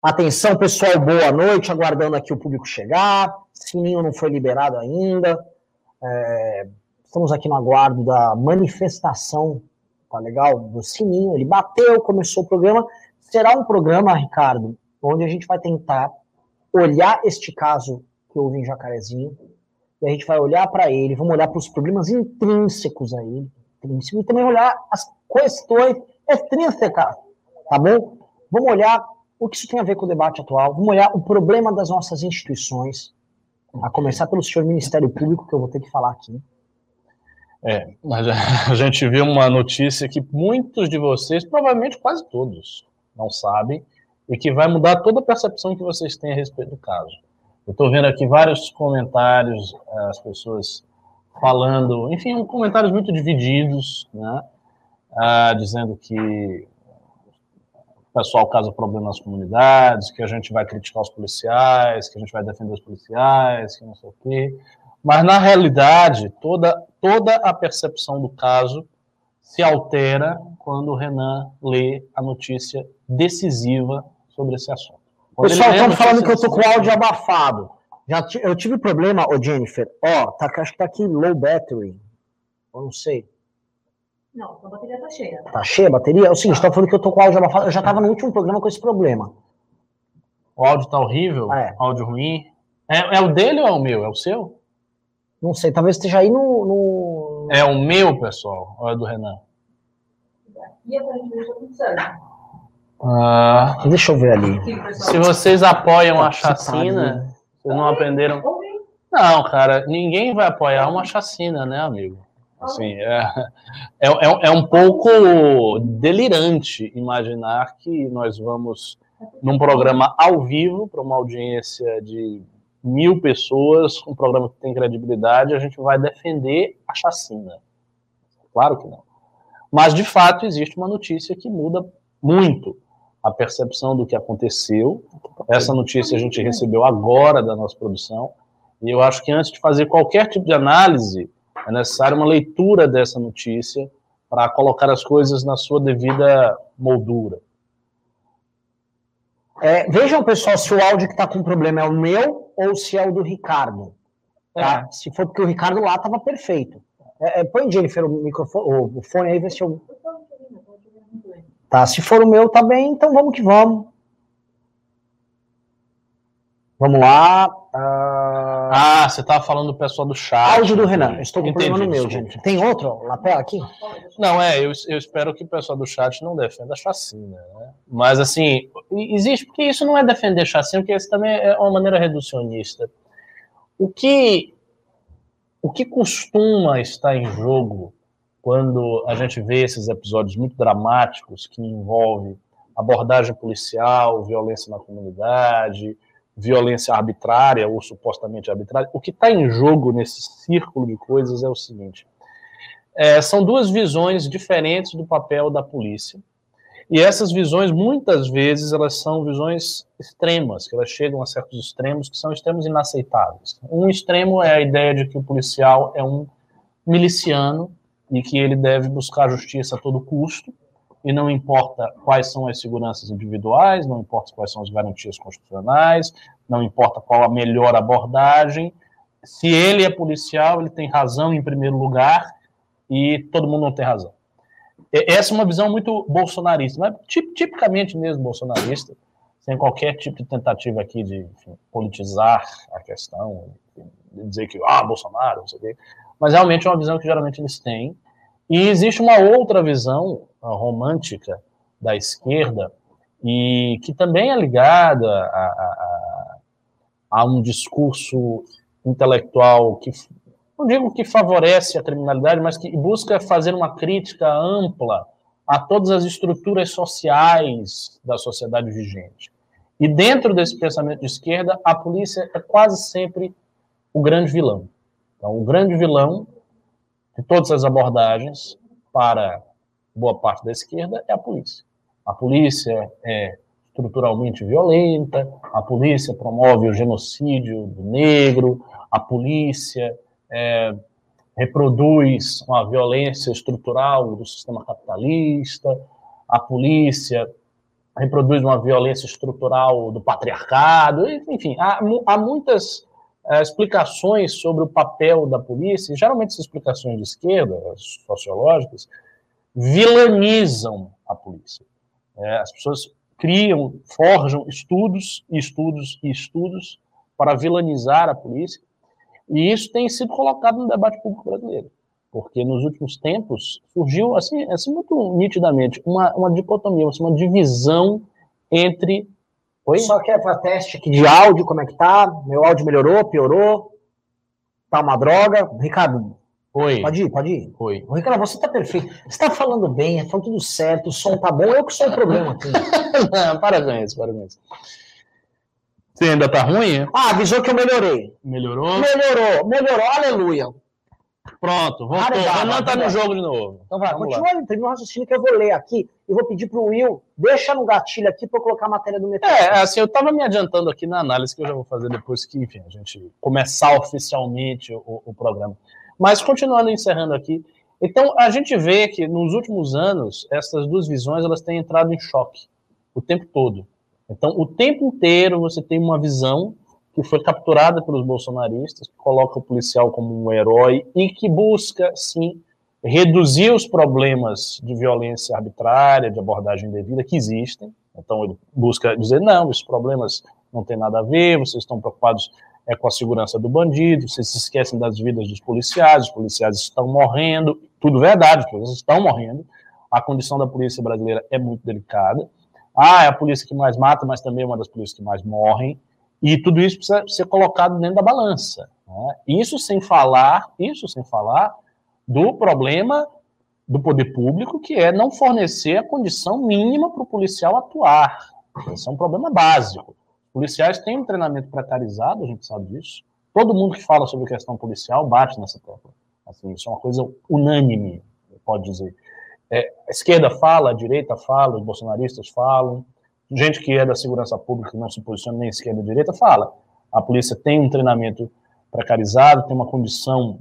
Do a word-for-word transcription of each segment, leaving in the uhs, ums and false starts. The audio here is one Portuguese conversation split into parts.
Atenção, pessoal, boa noite, aguardando aqui o público chegar, sininho não foi liberado ainda, é, estamos aqui no aguardo da manifestação, tá legal, do sininho, ele bateu, começou o programa, será um programa, Ricardo, onde a gente vai tentar olhar este caso que houve em Jacarezinho, e a gente vai olhar para ele, vamos olhar para os problemas intrínsecos a ele, e também olhar as questões extrínsecas, tá bom? Vamos olhar o que isso tem a ver com o debate atual, vamos olhar o problema das nossas instituições, a começar pelo senhor Ministério Público, que eu vou ter que falar aqui. É, mas a gente viu uma notícia que muitos de vocês, provavelmente quase todos, não sabem, e que vai mudar toda a percepção que vocês têm a respeito do caso. Eu estou vendo aqui vários comentários, as pessoas falando, enfim, comentários muito divididos, né, ah, dizendo que o pessoal causa problema nas comunidades, que a gente vai criticar os policiais, que a gente vai defender os policiais, que não sei o quê. Mas, na realidade, toda, toda a percepção do caso se altera quando o Renan lê a notícia decisiva sobre esse assunto. Quando pessoal, estão falando que eu tô com o áudio abafado. Já eu tive problema, ô Jennifer, ó, tá, acho que tá aqui low battery, eu não sei. Não, a bateria tá cheia. Tá cheia a bateria? É o seguinte, estão falando que eu tô com o áudio abafado, eu já tava no último programa com esse problema. O áudio tá horrível? É. Áudio ruim? É, é o dele ou é o meu? É o seu? Não sei, talvez esteja aí no... no... É o meu, pessoal, ou é do Renan? E aparentemente tá tudo certo. Ah, deixa eu ver ali. Se vocês apoiam a chacina, vocês não aprenderam... Não, cara, ninguém vai apoiar uma chacina, né, amigo? Assim, é, é, é um pouco delirante imaginar que nós vamos, num programa ao vivo, para uma audiência de mil pessoas, um programa que tem credibilidade, a gente vai defender a chacina. Claro que não. Mas, de fato, existe uma notícia que muda muito a percepção do que aconteceu. Essa notícia a gente recebeu agora da nossa produção, e eu acho que antes de fazer qualquer tipo de análise, é necessária uma leitura dessa notícia para colocar as coisas na sua devida moldura. É, vejam, pessoal, se o áudio que está com problema é o meu ou se é o do Ricardo. Tá? É. Se for porque o Ricardo lá estava perfeito. É, é, põe, Jennifer, o microfone, o, o fone aí, vê se eu... Tá, se for o meu, tá bem, então vamos que vamos. Vamos lá. Uh... Ah, você estava falando do pessoal do chat. Áudio do Renan. Eu estou com problema no meu, gente. Tem outro lapela aqui? Não, é, eu, eu espero que o pessoal do chat não defenda a chacina, né? Mas, assim, existe, porque isso não é defender chacina, porque isso também é uma maneira reducionista. O que, o que costuma estar em jogo quando a gente vê esses episódios muito dramáticos que envolvem abordagem policial, violência na comunidade, violência arbitrária ou supostamente arbitrária, o que está em jogo nesse círculo de coisas é o seguinte, é, são duas visões diferentes do papel da polícia, e essas visões, muitas vezes, elas são visões extremas, que elas chegam a certos extremos que são extremos inaceitáveis. Um extremo é a ideia de que o policial é um miliciano e que ele deve buscar justiça a todo custo, e não importa quais são as seguranças individuais, não importa quais são as garantias constitucionais, não importa qual a melhor abordagem, se ele é policial, ele tem razão em primeiro lugar e todo mundo não tem razão. Essa é uma visão muito bolsonarista, mas tipicamente mesmo bolsonarista, sem qualquer tipo de tentativa aqui de, enfim, politizar a questão, de dizer que, ah, Bolsonaro, não sei o quê, mas realmente é uma visão que geralmente eles têm. E existe uma outra visão romântica da esquerda, e que também é ligada a, a, a um discurso intelectual que, não digo que favorece a criminalidade, mas que busca fazer uma crítica ampla a todas as estruturas sociais da sociedade vigente. E dentro desse pensamento de esquerda, a polícia é quase sempre o grande vilão. Então, o grande vilão de todas as abordagens para boa parte da esquerda é a polícia. A polícia é estruturalmente violenta, a polícia promove o genocídio do negro, a polícia é, reproduz uma violência estrutural do sistema capitalista, a polícia reproduz uma violência estrutural do patriarcado, enfim, há, há muitas uh, explicações sobre o papel da polícia, e geralmente essas explicações de esquerda, sociológicas, vilanizam a polícia. É, as pessoas criam, forjam estudos, estudos e estudos para vilanizar a polícia, e isso tem sido colocado no debate público brasileiro, porque nos últimos tempos surgiu, assim, assim muito nitidamente, uma, uma dicotomia, uma divisão entre... Oi? Só que é para teste aqui de áudio, como é que tá? Meu áudio melhorou, piorou? Tá uma droga? Ricardo, Oi. Pode ir, pode ir. Oi. Ricardo, você tá perfeito. Você tá falando bem, tá tudo certo, o som tá bom, eu que sou o problema aqui. Não, para com isso, para com isso. Você ainda tá ruim? Ah, avisou que eu melhorei. Melhorou? Melhorou, melhorou, aleluia. Pronto, voltou. O Renan tá no jogo de novo. Então vai, continua aí, termina o raciocínio que eu vou ler aqui e vou pedir pro Will, deixa no gatilho aqui para eu colocar a matéria do metrô. É, assim, eu tava me adiantando aqui na análise que eu já vou fazer depois que, enfim, a gente começar oficialmente o, o programa. Mas continuando, encerrando aqui, então a gente vê que nos últimos anos essas duas visões elas têm entrado em choque o tempo todo. Então o tempo inteiro você tem uma visão que foi capturada pelos bolsonaristas, que coloca o policial como um herói e que busca, sim, reduzir os problemas de violência arbitrária, de abordagem indevida que existem. Então ele busca dizer, não, esses problemas não têm nada a ver, vocês estão preocupados é, com a segurança do bandido, vocês se esquecem das vidas dos policiais, os policiais estão morrendo, tudo verdade, os policiais estão morrendo, a condição da polícia brasileira é muito delicada. Ah, é a polícia que mais mata, mas também é uma das polícias que mais morrem. E tudo isso precisa ser colocado dentro da balança. Né? Isso sem falar, isso sem falar do problema do poder público, que é não fornecer a condição mínima para o policial atuar. Esse é um problema básico. Os policiais têm um treinamento precarizado, a gente sabe disso. Todo mundo que fala sobre questão policial bate nessa tecla. Assim, isso é uma coisa unânime, pode dizer. É, a esquerda fala, a direita fala, os bolsonaristas falam. Gente que é da segurança pública, que não se posiciona nem esquerda nem direita, fala. A polícia tem um treinamento precarizado, tem uma condição,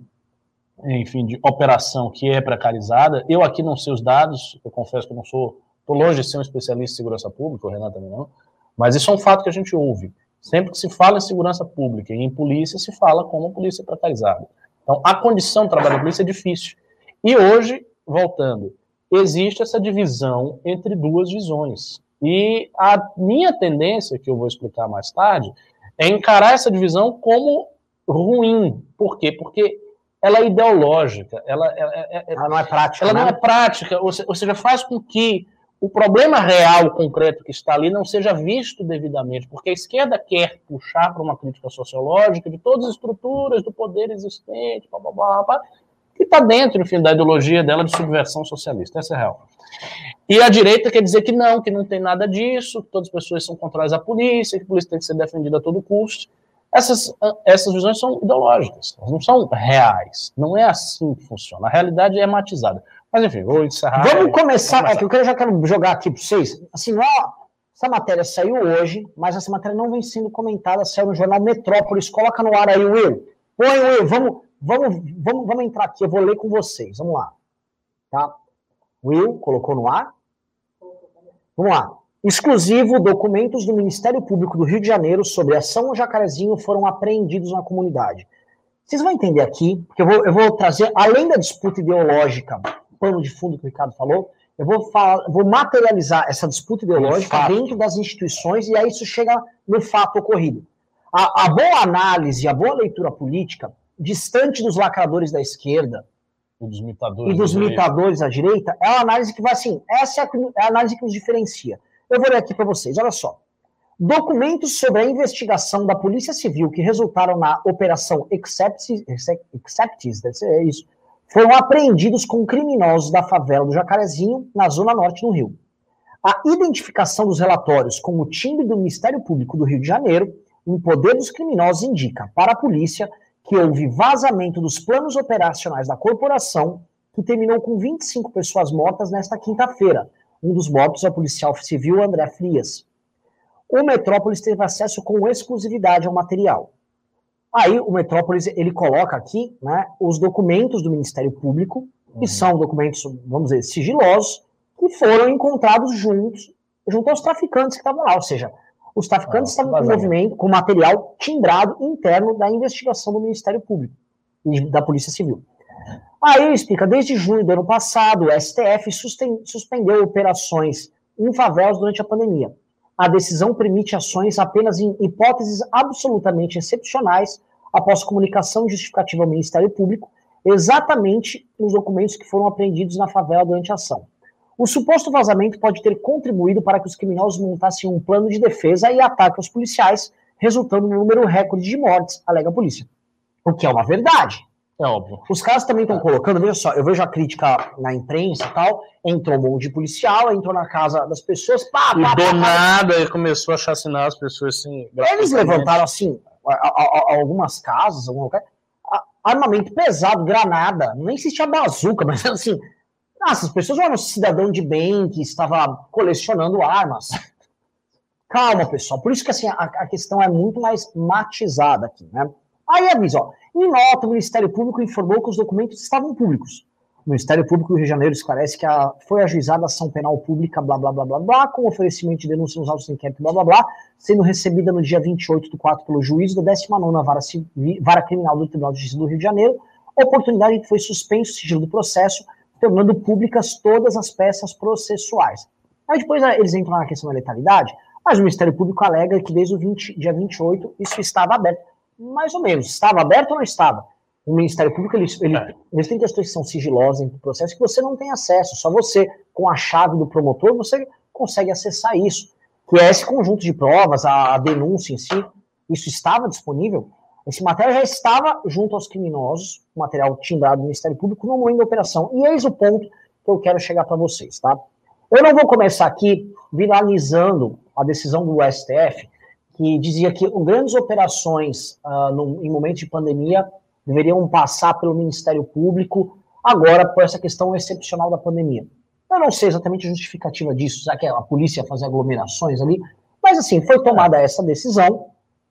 enfim, de operação que é precarizada. Eu aqui não sei os dados, eu confesso que eu não sou, estou longe de ser um especialista em segurança pública, o Renan também não, mas isso é um fato que a gente ouve. Sempre que se fala em segurança pública e em polícia, se fala como a polícia precarizada. Então, a condição de trabalho da polícia é difícil. E hoje, voltando, existe essa divisão entre duas visões. E a minha tendência, que eu vou explicar mais tarde, é encarar essa divisão como ruim. Por quê? Porque ela é ideológica, ela, ela, ela, ela não é prática. Ela né? não é prática, ou seja, faz com que o problema real, concreto que está ali não seja visto devidamente, porque a esquerda quer puxar para uma crítica sociológica de todas as estruturas do poder existente, blá, blá, blá, blá, que está dentro, enfim, da ideologia dela de subversão socialista. Essa é a real. E a direita quer dizer que não, que não tem nada disso, que todas as pessoas são contrárias à polícia, que a polícia tem que ser defendida a todo custo. Essas, essas visões são ideológicas, elas não são reais. Não é assim que funciona. A realidade é matizada. Mas, enfim, vou encerrar. Vamos começar, vamos começar. É que eu já quero jogar aqui para vocês. Assim, ó, essa matéria saiu hoje, mas essa matéria não vem sendo comentada, saiu no jornal Metrópolis. Coloca no ar aí, Will. Põe, Will, vamos, vamos, vamos, vamos entrar aqui, eu vou ler com vocês. Vamos lá. Tá? Will, colocou no ar? Vamos lá. Exclusivo, documentos do Ministério Público do Rio de Janeiro sobre a ação Jacarezinho foram apreendidos na comunidade. Vocês vão entender aqui, porque eu vou, eu vou trazer, além da disputa ideológica, pano de fundo que o Ricardo falou, eu vou, falar, vou materializar essa disputa ideológica dentro das instituições, e aí isso chega no fato ocorrido. A, a boa análise, a boa leitura política, distante dos lacradores da esquerda, e dos mitadores, e dos da, mitadores da direita, é uma análise que vai assim, essa é a, é a análise que nos diferencia. Eu vou ler aqui para vocês, olha só. Documentos sobre a investigação da Polícia Civil que resultaram na Operação Exceptis, Exceptis deve ser isso, foram apreendidos com criminosos da favela do Jacarezinho, na Zona Norte do Rio. A identificação dos relatórios com o timbre do Ministério Público do Rio de Janeiro, em poder dos criminosos, indica para a polícia que houve vazamento dos planos operacionais da corporação, que terminou com vinte e cinco pessoas mortas nesta quinta-feira. Um dos mortos é o policial civil André Frias. O Metrópolis teve acesso com exclusividade ao material. Aí o Metrópolis, ele coloca aqui, né, os documentos do Ministério Público, que uhum. são documentos, vamos dizer, sigilosos, que foram encontrados juntos junto aos traficantes que estavam lá, ou seja, os traficantes Ah, estavam com movimento, com material timbrado interno da investigação do Ministério Público e da Polícia Civil. Aí ele explica, desde junho do ano passado, o S T F suspendeu operações em favelas durante a pandemia. A decisão permite ações apenas em hipóteses absolutamente excepcionais, após comunicação justificativa ao Ministério Público, exatamente nos documentos que foram apreendidos na favela durante a ação. O suposto vazamento pode ter contribuído para que os criminosos montassem um plano de defesa e ataque aos policiais, resultando no número recorde de mortes, alega a polícia. O que é uma verdade. É óbvio. Os caras também estão colocando, veja só, eu vejo a crítica na imprensa e tal, entrou um monte de policial, entrou na casa das pessoas, pá, E pá, do pá, pá. nada ele começou a chacinar as pessoas assim. Eles levantaram assim, a, a, a, algumas casas, algum lugar, a, armamento pesado, granada, nem existia bazuca, mas assim, ah, essas pessoas eram cidadão de bem que estava colecionando armas. Calma, pessoal, por isso que assim, a, a questão é muito mais matizada aqui, né? Aí avisa, ó, em nota, o Ministério Público informou que os documentos estavam públicos. O Ministério Público do Rio de Janeiro esclarece que a, foi ajuizada ação penal pública, blá, blá, blá, blá, blá, com oferecimento de denúncia nos autos de inquérito, blá, blá, blá, sendo recebida no dia vinte e oito do quatro pelo juízo da décima nona Vara, Vara Criminal do Tribunal de Justiça do Rio de Janeiro, oportunidade em que foi suspenso o sigilo do processo, tornando públicas todas as peças processuais. Aí depois eles entram na questão da letalidade, mas o Ministério Público alega que desde o vinte, dia vinte e oito isso estava aberto. Mais ou menos. Estava aberto ou não estava? O Ministério Público, ele, ele, É. eles têm questões que são sigilosas entre o processo que você não tem acesso. Só você, com a chave do promotor, você consegue acessar isso. Que é esse conjunto de provas, a, a denúncia em si. Isso estava disponível. Esse material já estava junto aos criminosos, o material timbrado do Ministério Público, no momento da operação. E eis o ponto que eu quero chegar para vocês, tá? Eu não vou começar aqui viralizando a decisão do S T F, que dizia que grandes operações uh, no, em momentos de pandemia deveriam passar pelo Ministério Público, agora por essa questão excepcional da pandemia. Eu não sei exatamente a justificativa disso, já que a polícia fazia aglomerações ali, mas assim, foi tomada essa decisão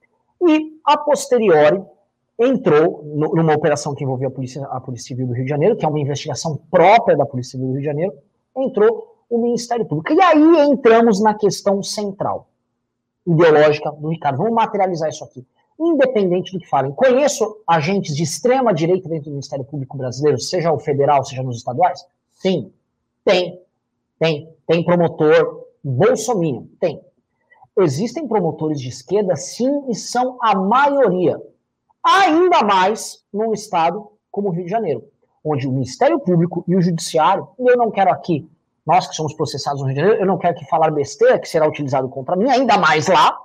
e, a posteriori, entrou no, numa operação que envolvia a Polícia, a Polícia Civil do Rio de Janeiro, que é uma investigação própria da Polícia Civil do Rio de Janeiro, entrou o Ministério Público. E aí entramos na questão central, ideológica do Ricardo. Vamos materializar isso aqui. Independente do que falem, conheço agentes de extrema direita dentro do Ministério Público brasileiro, seja o federal, seja nos estaduais? Sim, tem. Tem. Tem promotor bolsominion, tem. Existem promotores de esquerda, sim, e são a maioria. Ainda mais num estado como o Rio de Janeiro, onde o Ministério Público e o Judiciário, e eu não quero aqui, nós que somos processados no Rio de Janeiro, eu não quero aqui falar besteira que será utilizado contra mim, ainda mais lá,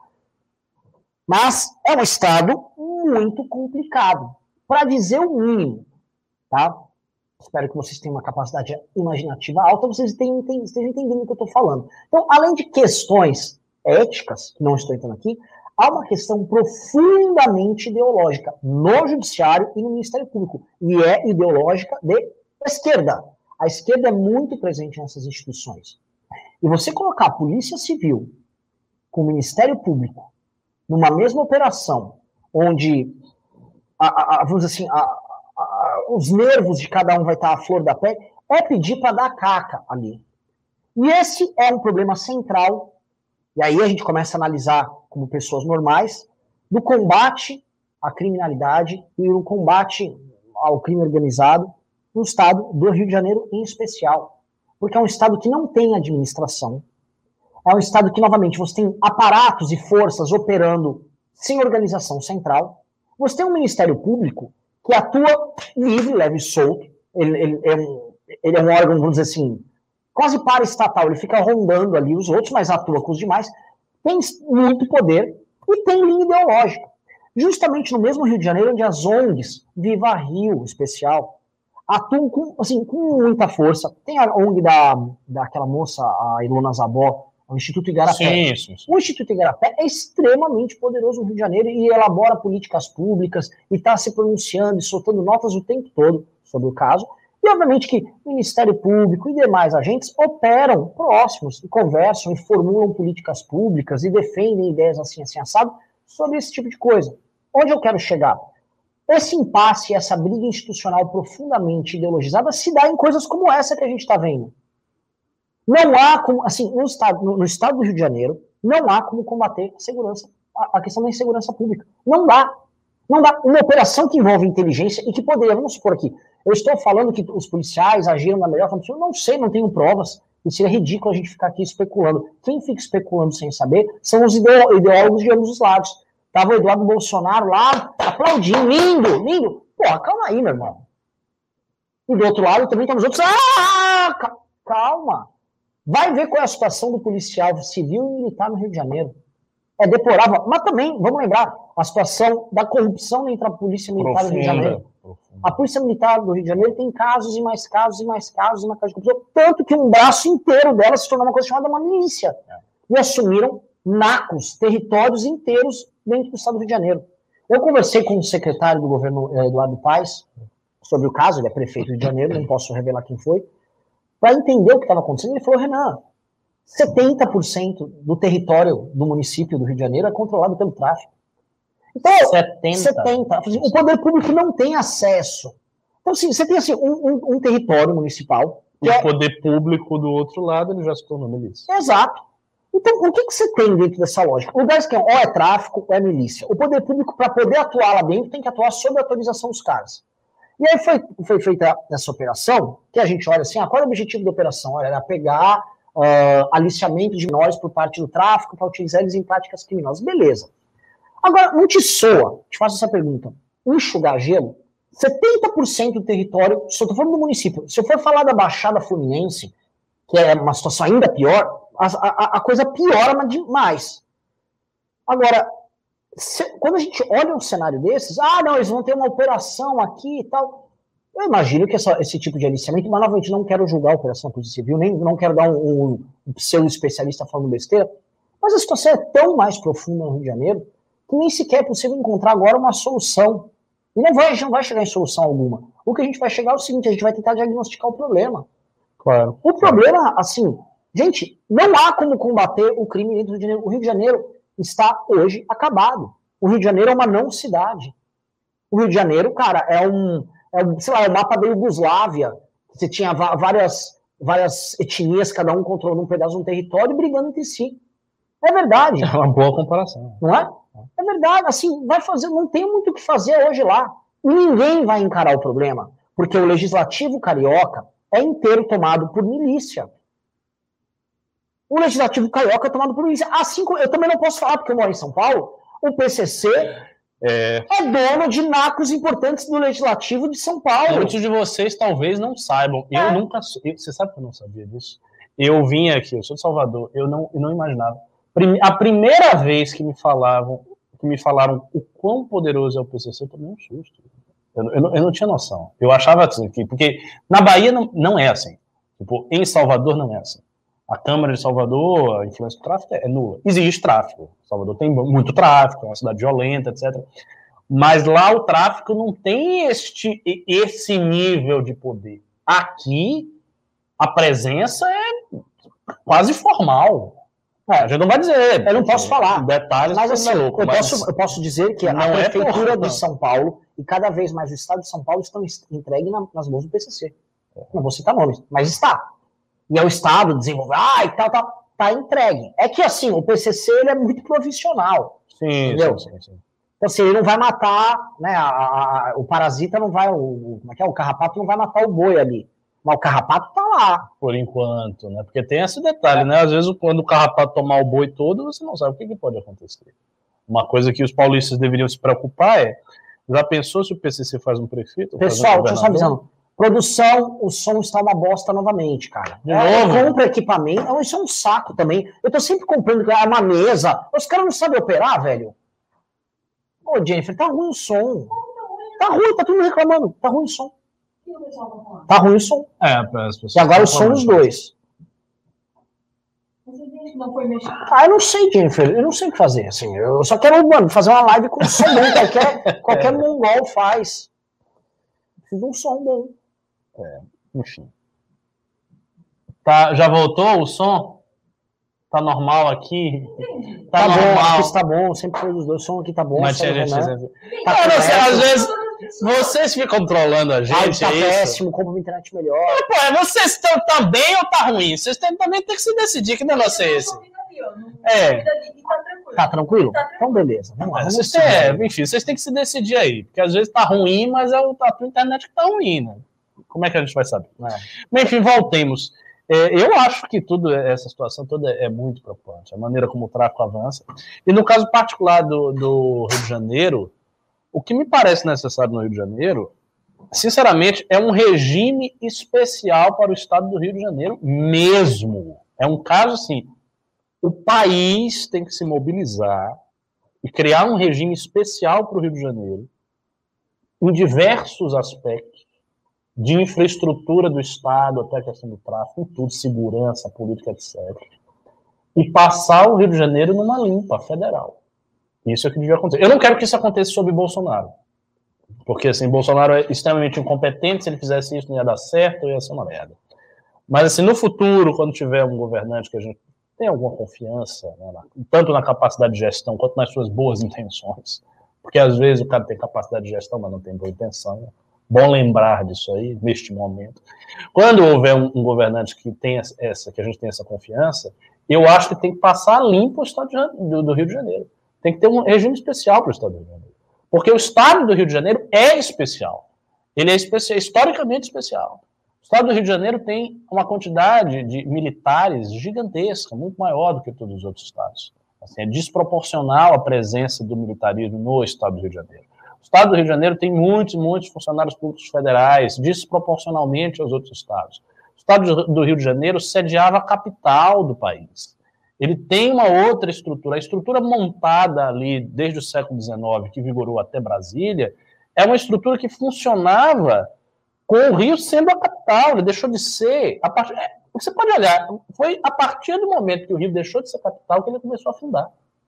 mas é um estado muito complicado, para dizer o mínimo, tá? Espero que vocês tenham uma capacidade imaginativa alta, vocês tenham, tenham, estejam entendendo o que eu estou falando. Então, além de questões éticas, que não estou entrando aqui, há uma questão profundamente ideológica no Judiciário e no Ministério Público, e é ideológica de esquerda. A esquerda é muito presente nessas instituições. E você colocar a Polícia Civil com o Ministério Público numa mesma operação, onde, a, a, a, vamos dizer assim, a, a, os nervos de cada um vai estar à flor da pele, é pedir para dar caca ali. E esse é um problema central, e aí a gente começa a analisar como pessoas normais, do combate à criminalidade e no combate ao crime organizado no estado do Rio de Janeiro em especial. Porque é um estado que não tem administração, é um estado que, novamente, você tem aparatos e forças operando sem organização central, você tem um Ministério Público que atua livre, leve e solto, ele, ele, é um, ele é um órgão, vamos dizer assim, quase paraestatal, ele fica rondando ali os outros, mas atua com os demais, tem muito poder e tem linha ideológica. Justamente no mesmo Rio de Janeiro, onde as O N Gs, Viva Rio, especial, atuam com, assim, com muita força. Tem a O N G da, daquela moça, a Ilona Zabó, o Instituto Igarapé. Sim, sim, sim. O Instituto Igarapé é extremamente poderoso no Rio de Janeiro e elabora políticas públicas e está se pronunciando e soltando notas o tempo todo sobre o caso. E, obviamente, que o Ministério Público e demais agentes operam próximos e conversam e formulam políticas públicas e defendem ideias assim, assim, assado, sobre esse tipo de coisa. Onde eu quero chegar? Esse impasse, essa briga institucional profundamente ideologizada se dá em coisas como essa que a gente está vendo. Não há como, assim, no estado, no, no estado do Rio de Janeiro, não há como combater a segurança, a, a questão da insegurança pública. Não dá. Não dá. Uma operação que envolve inteligência e que poderia, vamos supor aqui, eu estou falando que os policiais agiram da melhor forma possível, não sei, não tenho provas, e seria ridículo a gente ficar aqui especulando. Quem fica especulando sem saber são os ideólogos de ambos os lados. Tava o Eduardo Bolsonaro lá, aplaudindo, lindo, lindo. Porra, calma aí, meu irmão. E do outro lado também temos outros, ah, calma. Vai ver qual é a situação do policial civil e militar no Rio de Janeiro. É deplorável. Mas também, vamos lembrar, a situação da corrupção entre a Polícia Militar profunda, do Rio de Janeiro. Profunda. A Polícia Militar do Rio de Janeiro tem casos e mais casos e mais casos e mais casos de corrupção. Tanto que um braço inteiro dela se tornou uma coisa chamada uma milícia. É. E assumiram nacos, territórios inteiros dentro do estado do Rio de Janeiro. Eu conversei com o secretário do governo, Eduardo Paes, sobre o caso, ele é prefeito do Rio de Janeiro, não posso revelar quem foi, para entender o que estava acontecendo. Ele falou, Renan, setenta por cento do território do município do Rio de Janeiro é controlado pelo tráfico. Então, setenta por cento. setenta por cento. O poder público não tem acesso. Então, assim, você tem assim, um, um, um território municipal... E o poder público do outro lado, ele já se tornou milícia. Exato. Então, o que, que você tem dentro dessa lógica? Lugares que ou é tráfico ou é milícia. O poder público, para poder atuar lá dentro, tem que atuar sob a autorização dos caras. E aí foi, foi feita essa operação, que a gente olha assim, ah, qual é o objetivo da operação? Olha, era pegar uh, aliciamento de menores por parte do tráfico para utilizar eles em práticas criminosas. Beleza. Agora, não te soa, te faço essa pergunta, enxugar gelo, setenta por cento do território, só estou falando do município, se eu for falar da Baixada Fluminense, que é uma situação ainda pior, a, a, a coisa piora demais. Agora, se, quando a gente olha um cenário desses, ah, não, eles vão ter uma operação aqui e tal. Eu imagino que essa, esse tipo de aliciamento, mas novamente não quero julgar a operação da Polícia Civil, nem não quero dar um, um, um pseudo-especialista falando besteira, mas a situação é tão mais profunda no Rio de Janeiro que nem sequer é possível encontrar agora uma solução. E não vai, a gente não vai chegar em solução alguma. O que a gente vai chegar é o seguinte, a gente vai tentar diagnosticar o problema. Claro. O problema, assim, gente, não há como combater o crime dentro do Rio de Janeiro. O Rio de Janeiro está hoje acabado. O Rio de Janeiro é uma não cidade. O Rio de Janeiro, cara, é um, é um sei lá, é um mapa da Iugoslávia. Você tinha várias, várias etnias, cada um controlando um pedaço de um território, brigando entre si. É verdade. É uma boa comparação. Não é? É verdade. Assim, vai fazer, não tem muito o que fazer hoje lá. Ninguém vai encarar o problema, porque o legislativo carioca é inteiro tomado por milícia. O legislativo carioca é tomado por milícia. Assim como eu também não posso falar, porque eu moro em São Paulo, o P C C é, é dono de nacos importantes do legislativo de São Paulo. Muitos de vocês talvez não saibam. Eu é. nunca. Eu, você sabe que eu não sabia disso? Eu vim aqui, eu sou de Salvador, eu não, eu não imaginava. A primeira vez que me falavam, que me falaram o quão poderoso é o P C C, eu tomei um susto. Eu, eu, eu não tinha noção. Eu achava assim, que, porque na Bahia não, não é assim. Tipo, em Salvador não é assim. A Câmara de Salvador, a influência do tráfico é nula. Existe tráfico. Salvador tem muito tráfico, é uma cidade violenta, etcétera. Mas lá o tráfico não tem este, esse nível de poder. Aqui, a presença é quase formal. É, a gente não vai dizer. Eu não posso falar. Detalhes, mas assim, louco, eu, mas posso, eu posso dizer que a Prefeitura é de São Paulo e cada vez mais o Estado de São Paulo estão entregues nas mãos do P C C. Não vou citar nomes, mas está. E é o Estado desenvolver, ah, e tal, tal, tá entregue. É que assim, o P C C ele é muito profissional. Sim, entendeu? sim, sim, sim. Então assim, ele não vai matar, né, a, a, o parasita não vai, o, como é que é? O carrapato não vai matar o boi ali. Mas o carrapato tá lá. Por enquanto, né? Porque tem esse detalhe, é. né? Às vezes, quando o carrapato tomar o boi todo, você não sabe o que, que pode acontecer. Uma coisa que os paulistas deveriam se preocupar é, já pensou se o P C C faz um prefeito? Pessoal, um deixa eu só avisando. Produção, o som está uma bosta novamente, cara. De é, novo? Compra equipamento, isso é um saco também. Eu tô sempre comprando uma mesa. Os caras não sabem operar, velho. Ô, Jennifer, tá ruim o som. Tá ruim, tá todo mundo reclamando. Tá ruim o som. Tá ruim o som. É, para as pessoas. E agora o som dos dois. Ah, eu não sei, Jennifer. Eu não sei o que fazer. Assim, eu só quero, mano, fazer uma live com som bom. Qualquer, qualquer é. mongol faz. Preciso de um som bom. É, enfim. Tá, já voltou o som? Tá normal aqui? Tá, tá normal. Bom, aqui está bom. Sempre foi dos dois. O som aqui tá bom. Mas tá a gente... Tá é, não sei, às vezes... Vocês ficam controlando a gente, Ah, está é isso? péssimo, compra uma internet melhor. Pô, é, vocês estão tá bem ou tá ruim? Vocês têm, também tem que se decidir. Que negócio é esse? É. Tá tranquilo? Então, beleza. Vamos lá. É, Vamos vocês, seguir. é, enfim, vocês têm que se decidir aí. Porque às vezes tá ruim, mas é o- a tua internet que tá ruim, né? Como é que a gente vai saber? É. Mas, enfim, voltemos. É, eu acho que tudo, essa situação toda é muito preocupante, a maneira como o tráfico avança. E no caso particular do, do Rio de Janeiro, o que me parece necessário no Rio de Janeiro, sinceramente, é um regime especial para o estado do Rio de Janeiro mesmo. É um caso assim, o país tem que se mobilizar e criar um regime especial para o Rio de Janeiro em diversos aspectos, de infraestrutura do Estado, até a questão do tráfico, em tudo, segurança, política, etcétera. E passar o Rio de Janeiro numa limpa federal. Isso é o que devia acontecer. Eu não quero que isso aconteça sob Bolsonaro. Porque, assim, Bolsonaro é extremamente incompetente, se ele fizesse isso não ia dar certo, ia ser uma merda. Mas, assim, no futuro, quando tiver um governante que a gente tem alguma confiança, né, tanto na capacidade de gestão, quanto nas suas boas intenções, porque, às vezes, o cara tem capacidade de gestão, mas não tem boa intenção, né? Bom lembrar disso aí, neste momento. Quando houver um, um governante que tem essa, que a gente tem essa confiança, eu acho que tem que passar limpo o estado de, do, do Rio de Janeiro. Tem que ter um regime especial para o estado do Rio de Janeiro. Porque o estado do Rio de Janeiro é especial. Ele é especial, historicamente especial. O estado do Rio de Janeiro tem uma quantidade de militares gigantesca, muito maior do que todos os outros estados. Assim, é desproporcional a presença do militarismo no estado do Rio de Janeiro. O estado do Rio de Janeiro tem muitos, muitos funcionários públicos federais, desproporcionalmente aos outros estados. O estado do Rio de Janeiro sediava a capital do país. Ele tem uma outra estrutura. A estrutura montada ali desde o século dezenove, que vigorou até Brasília, é uma estrutura que funcionava com o Rio sendo a capital. Ele deixou de ser... A part... Você pode olhar, foi a partir do momento que o Rio deixou de ser capital que ele começou a afundar.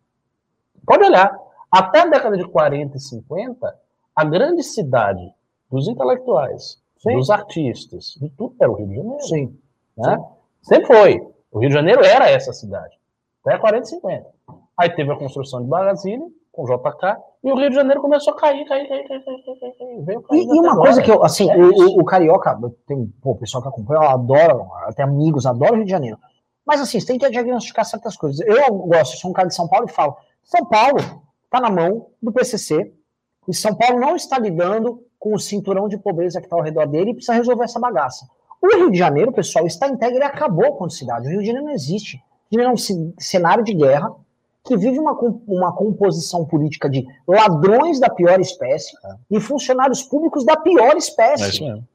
Pode olhar. Até a década de quarenta e cinquenta, a grande cidade dos intelectuais, Sim. dos artistas, de tudo era o Rio de Janeiro. Sim. Né? Sim. Sempre foi. O Rio de Janeiro era essa cidade. Até quarenta e cinquenta. Aí teve a construção de Brasília, com o J K, e o Rio de Janeiro começou a cair, cair, cair, cair, cair, cair, cair. Veio e, e uma agora. coisa que eu, assim, é o, o, o Carioca, tem pô, o pessoal que acompanha, adora, até amigos, adora o Rio de Janeiro. Mas assim, você tem que diagnosticar certas coisas. Eu gosto, sou um cara de São Paulo e falo, São Paulo está na mão do P C C, e São Paulo não está lidando com o cinturão de pobreza que está ao redor dele e precisa resolver essa bagaça. O Rio de Janeiro, pessoal, está integre, ele acabou com a cidade. O Rio de Janeiro não existe. O Rio de Janeiro é um cenário de guerra que vive uma, uma composição política de ladrões da pior espécie é. e funcionários públicos da pior espécie. É isso mesmo.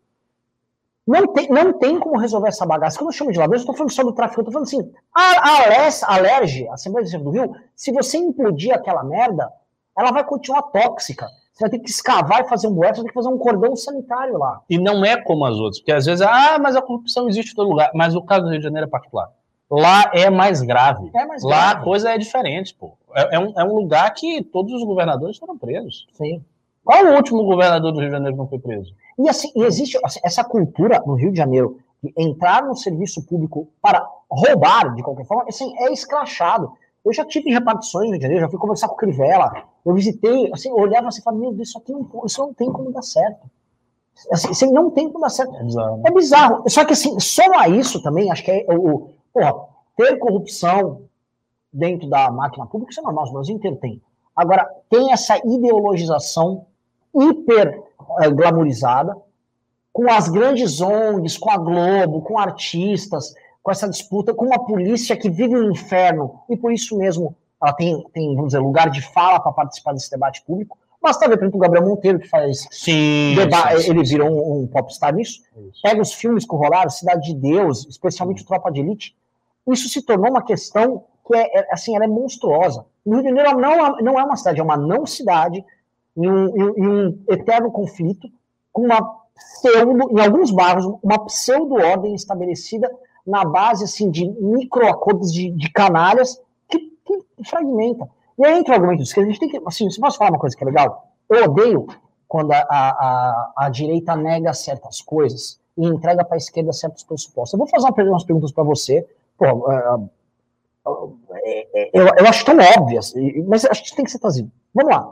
Não tem, não tem como resolver essa bagaça. Quando eu chamo de ladrões, eu estou falando só do tráfico, eu estou falando assim, a, a Alerj, a Assembleia Legislativa do Rio, se você implodir aquela merda, ela vai continuar tóxica. Você vai ter que escavar e fazer um buraco, você vai ter que fazer um cordão sanitário lá. E não é como as outras, porque às vezes, ah, mas a corrupção existe em todo lugar. Mas o caso do Rio de Janeiro é particular. Lá é mais grave. É mais lá grave. A coisa é diferente, pô. É, é, um, é um lugar que todos os governadores foram presos. Sim. Qual o último governador do Rio de Janeiro que não foi preso? E, assim, e existe assim, essa cultura no Rio de Janeiro de entrar no serviço público para roubar, de qualquer forma, assim, é escrachado. Eu já tive repartições no Rio de Janeiro, já fui conversar com o Crivella, eu visitei, assim, eu olhava assim e falava, meu Deus, isso aqui não, isso não tem como dar certo. Assim, assim, não tem como dar certo. É bizarro. É bizarro. Só que, assim, soma isso também, acho que é o... Porra, ter corrupção dentro da máquina pública, isso é normal, o Brasil inteiro tem. Agora, tem essa ideologização hiper uh, glamourizada, com as grandes O N Gs, com a Globo, com artistas, com essa disputa, com uma polícia que vive no inferno, e por isso mesmo ela tem, tem vamos dizer, lugar de fala para participar desse debate público. Basta ver, por exemplo, o Gabriel Monteiro, que faz sim, debate, sim, sim, ele sim. virou um, um popstar nisso. Isso. Pega os filmes que rolaram, Cidade de Deus, especialmente Tropa de Elite. Isso se tornou uma questão que é, é, assim, ela é monstruosa. O Rio de Janeiro não, não é uma cidade, é uma não-cidade, em um, em um eterno conflito, com uma pseudo, em alguns bairros, uma pseudo-ordem estabelecida na base assim, de microacordos de, de canalhas que, que fragmenta. E aí entra o argumento disso, que a gente tem que, assim, se posso falar uma coisa que é legal? Eu odeio quando a, a, a direita nega certas coisas e entrega para a esquerda certos pressupostos. Eu vou fazer umas perguntas para você, pô, uh, uh, eu, eu acho tão óbvias, mas acho que tem que ser trazido. Vamos lá.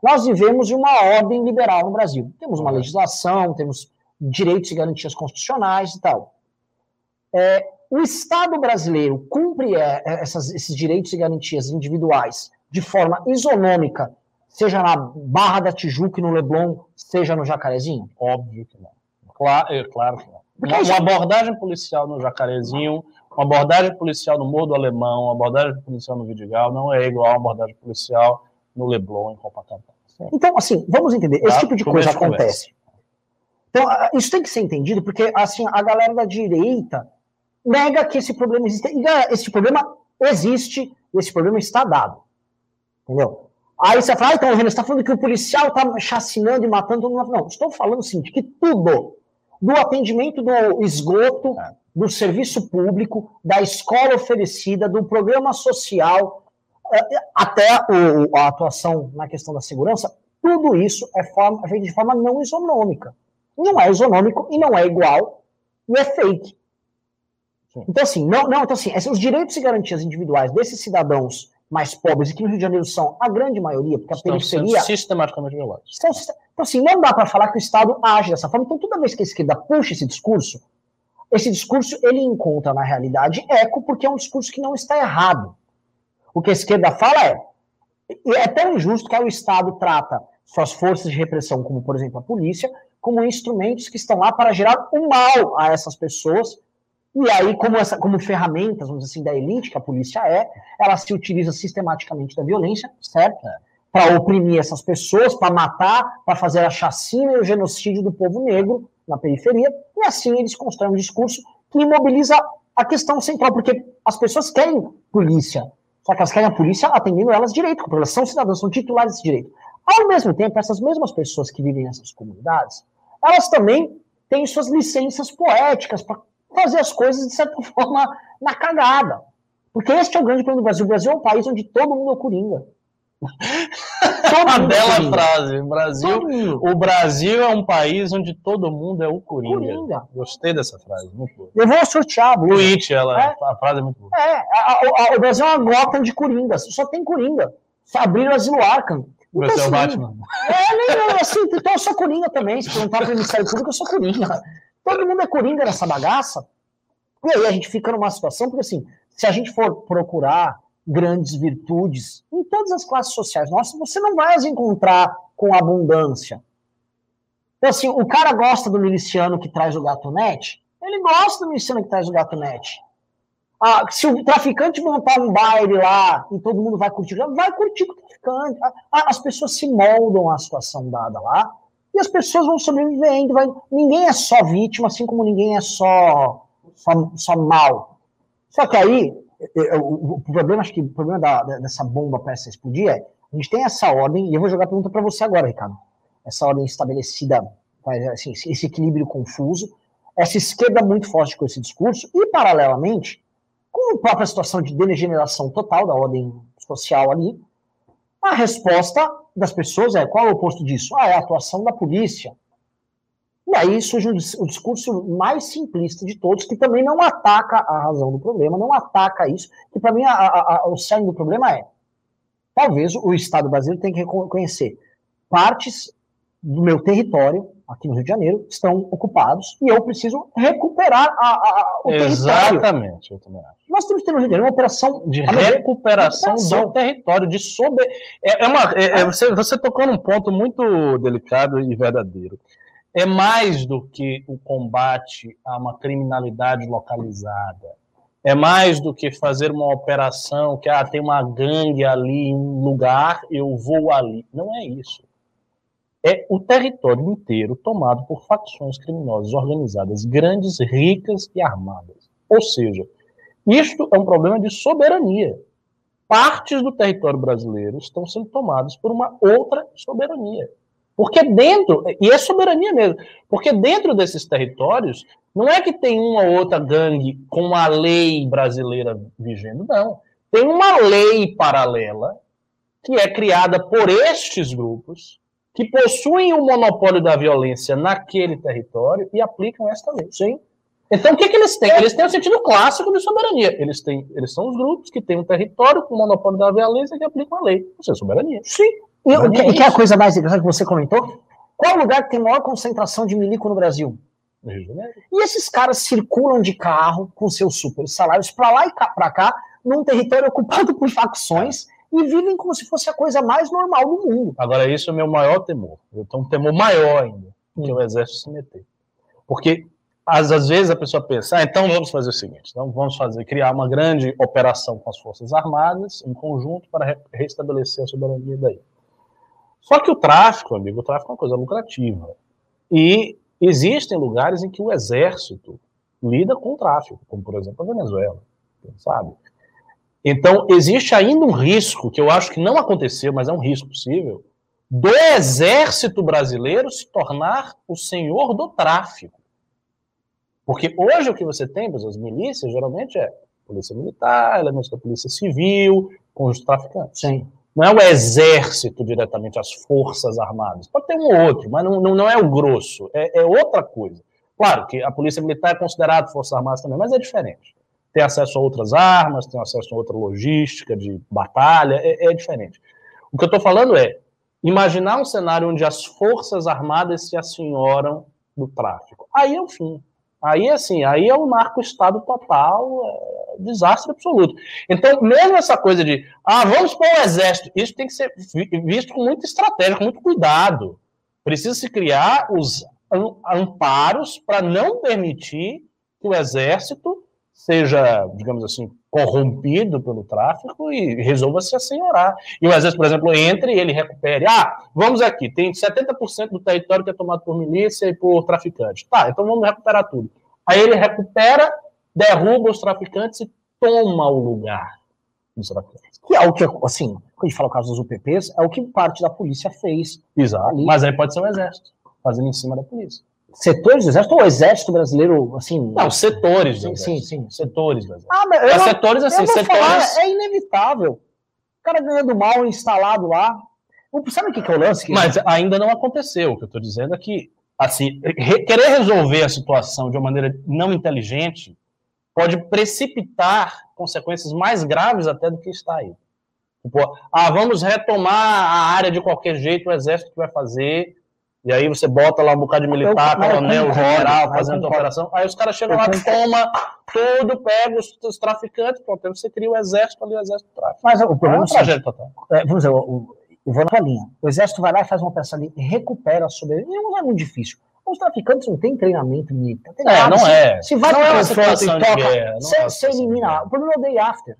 nós vivemos em uma ordem liberal no Brasil. Temos uma legislação, temos direitos e garantias constitucionais e tal. É, o Estado brasileiro cumpre é, essas, esses direitos e garantias individuais de forma isonômica, seja na Barra da Tijuca e no Leblon, seja no Jacarezinho? Óbvio que não. Claro, é, claro que não. Uma, uma abordagem policial no Jacarezinho, uma abordagem policial no Morro do Alemão, uma abordagem policial no Vidigal não é igual a uma abordagem policial no Leblon, em Copacabana. Então, assim, vamos entender, esse tipo de coisa acontece. Então, isso tem que ser entendido, porque, assim, a galera da direita nega que esse problema existe. E, esse problema existe, esse problema está dado. Entendeu? Aí você fala, ah, então, você está falando que o policial está chacinando e matando todo mundo. Não, estou falando, assim, de que tudo, do atendimento do esgoto, do serviço público, da escola oferecida, do programa social, até o, a atuação na questão da segurança, tudo isso é, forma, é feito de forma não isonômica. Não é isonômico e não é igual e é fake. Então, assim, não, não, então, assim, os direitos e garantias individuais desses cidadãos mais pobres, e que no Rio de Janeiro são a grande maioria, porque a Estão periferia... sendo sistematicamente violados. São, então, assim, não dá para falar que o Estado age dessa forma. Então, toda vez que a esquerda puxa esse discurso, esse discurso, ele encontra, na realidade, eco, porque é um discurso que não está errado. O que a esquerda fala é, é tão injusto que o Estado trata suas forças de repressão, como, por exemplo, a polícia, como instrumentos que estão lá para gerar um mal a essas pessoas. E aí, como, essa, como ferramentas, vamos dizer assim, da elite, que a polícia é, ela se utiliza sistematicamente da violência, certo? Para oprimir essas pessoas, para matar, para fazer a chacina e o genocídio do povo negro na periferia, e assim eles constroem um discurso que imobiliza a questão central, porque as pessoas querem polícia, só que elas querem a polícia atendendo elas direito, porque elas são cidadãos, são titulares desse direito. Ao mesmo tempo, essas mesmas pessoas que vivem nessas comunidades, elas também têm suas licenças poéticas para fazer as coisas, de certa forma, na cagada. Porque este é o grande problema do Brasil. O Brasil é um país onde todo mundo é coringa. Uma bela é frase. O Brasil, o Brasil é um país onde todo mundo é o coringa. coringa. Gostei dessa frase. Muito boa. Eu vou sortear. Tweet, ela, é? A frase é muito boa. É, a, a, a, o Brasil é uma Gotham de coringas. Só tem coringa. Abriram o Asilo Arkham. Então, assim, é o Batman. É, nem, assim, então eu sou coringa também. Se perguntar para o Ministério Público, eu sou coringa. Todo mundo é coringa nessa bagaça. E aí a gente fica numa situação, porque assim, se a gente for procurar grandes virtudes em todas as classes sociais nossas, você não vai as encontrar com abundância. Então assim, o cara gosta do miliciano que traz o gatonete, ele gosta do miliciano que traz o gatonete. Ah, se o traficante montar um baile lá e todo mundo vai curtir, vai curtir com o traficante. As pessoas se moldam à situação dada lá, e as pessoas vão sobrevivendo. Vai... Ninguém é só vítima, assim como ninguém é só, só, só mal. Só que aí, o, o problema, acho que o problema da, dessa bomba prestes a explodir é, a gente tem essa ordem, e eu vou jogar a pergunta para você agora, Ricardo. Essa ordem estabelecida, assim, esse equilíbrio confuso, essa esquerda muito forte com esse discurso, e paralelamente, com a própria situação de degeneração total da ordem social ali, a resposta das pessoas é, qual é o oposto disso? Ah, é a atuação da polícia. E aí surge o discurso mais simplista de todos, que também não ataca a razão do problema, não ataca isso, que para mim a, a, a, o cerne do problema é, talvez o Estado brasileiro tenha que reconhecer partes do meu território, aqui no Rio de Janeiro, estão ocupados, e eu preciso recuperar a, a, o Exatamente, território. eu também acho. Nós temos que ter no Rio de Janeiro uma operação de recuperação, recuperação do território, de sober... É, é uma, é, é, você, você tocou num ponto muito delicado e verdadeiro. É mais do que o combate a uma criminalidade localizada. É mais do que fazer uma operação que ah, tem uma gangue ali em um lugar, eu vou ali. Não é isso. É o território inteiro tomado por facções criminosas organizadas, grandes, ricas e armadas. Ou seja, isto é um problema de soberania. Partes do território brasileiro estão sendo tomadas por uma outra soberania. Porque dentro, e é soberania mesmo, porque dentro desses territórios, não é que tem uma ou outra gangue com a lei brasileira vigendo, não. Tem uma lei paralela que é criada por estes grupos, que possuem o monopólio da violência naquele território e aplicam esta lei. Sim. Então, o que, que eles têm? Eles têm o sentido clássico de soberania. Eles, têm, eles são os grupos que têm um território com o monopólio da violência que aplicam a lei. Isso é soberania. Sim. E o que, que é a coisa mais engraçada que você comentou? Qual lugar que tem maior concentração de milico no Brasil? Rio de Janeiro. E esses caras circulam de carro com seus super salários para lá e para cá, num território ocupado por facções, e vivem como se fosse a coisa mais normal do mundo. Agora, isso é o meu maior temor. Eu tenho um temor maior ainda, que é o exército se meter. Porque, às, às vezes, a pessoa pensa, ah, então vamos fazer o seguinte, então vamos fazer, criar uma grande operação com as Forças Armadas, em conjunto, para re restabelecer a soberania daí. Só que o tráfico, amigo, o tráfico é uma coisa lucrativa. E existem lugares em que o exército lida com o tráfico, como, por exemplo, a Venezuela, sabe? Então, existe ainda um risco, que eu acho que não aconteceu, mas é um risco possível, do exército brasileiro se tornar o senhor do tráfico. Porque hoje o que você tem, as milícias, geralmente é polícia militar, elementos da polícia civil, com os traficantes. Sim. Não é o exército diretamente, as forças armadas. Pode ter um ou outro, mas não, não, não é o grosso, é, é outra coisa. Claro que a polícia militar é considerada forças armadas também, mas é diferente. Tem acesso a outras armas, tem acesso a outra logística de batalha, é, é diferente. O que eu estou falando é, imaginar um cenário onde as forças armadas se assenhoram do tráfico. Aí é o fim. Aí, assim, aí é o narco-estado total, é, desastre absoluto. Então, mesmo essa coisa de, ah, vamos para o exército, isso tem que ser visto com muita estratégia, com muito cuidado. Precisa se criar os amparos para não permitir que o exército seja, digamos assim, corrompido pelo tráfico e resolva se assenhorar. E o exército, por exemplo, entre e ele recupere. Ah, vamos aqui, tem setenta por cento do território que é tomado por milícia e por traficantes. Tá, então vamos recuperar tudo. Aí ele recupera, derruba os traficantes e toma o lugar dos traficantes. Que é o que, assim, quando a gente fala o caso dos U P Ps, é o que parte da polícia fez. Exato. Ali. Mas aí pode ser o exército, fazendo em cima da polícia. Setores do exército ou o exército brasileiro, assim... Não, setores do sim, exército. sim, sim. Setores do exército. Ah, mas é não, setores assim, eu vou setores... falar, é inevitável. O cara ganhando mal, instalado lá. Sabe o que, que é o lance? Que... Mas ainda não aconteceu. O que eu estou dizendo é que, assim, re querer resolver a situação de uma maneira não inteligente pode precipitar consequências mais graves até do que está aí. Tipo, ah, vamos retomar a área de qualquer jeito, o exército vai fazer... E aí você bota lá um bocado de militar, coronel, general, fazendo a operação. Aí os caras chegam lá, toma tudo, pega os, os traficantes, pronto, aí você cria o exército ali, o exército do tráfico. Mas o problema é um tragédia total. É, vamos dizer, eu, eu vou na linha. O exército vai lá e faz uma operação ali, recupera a soberania. Não é muito difícil. Os traficantes não têm treinamento militar. Tem é, nada. não se, é. Se vai não para é o confronto e toca, você é elimina lá. O problema é o day after.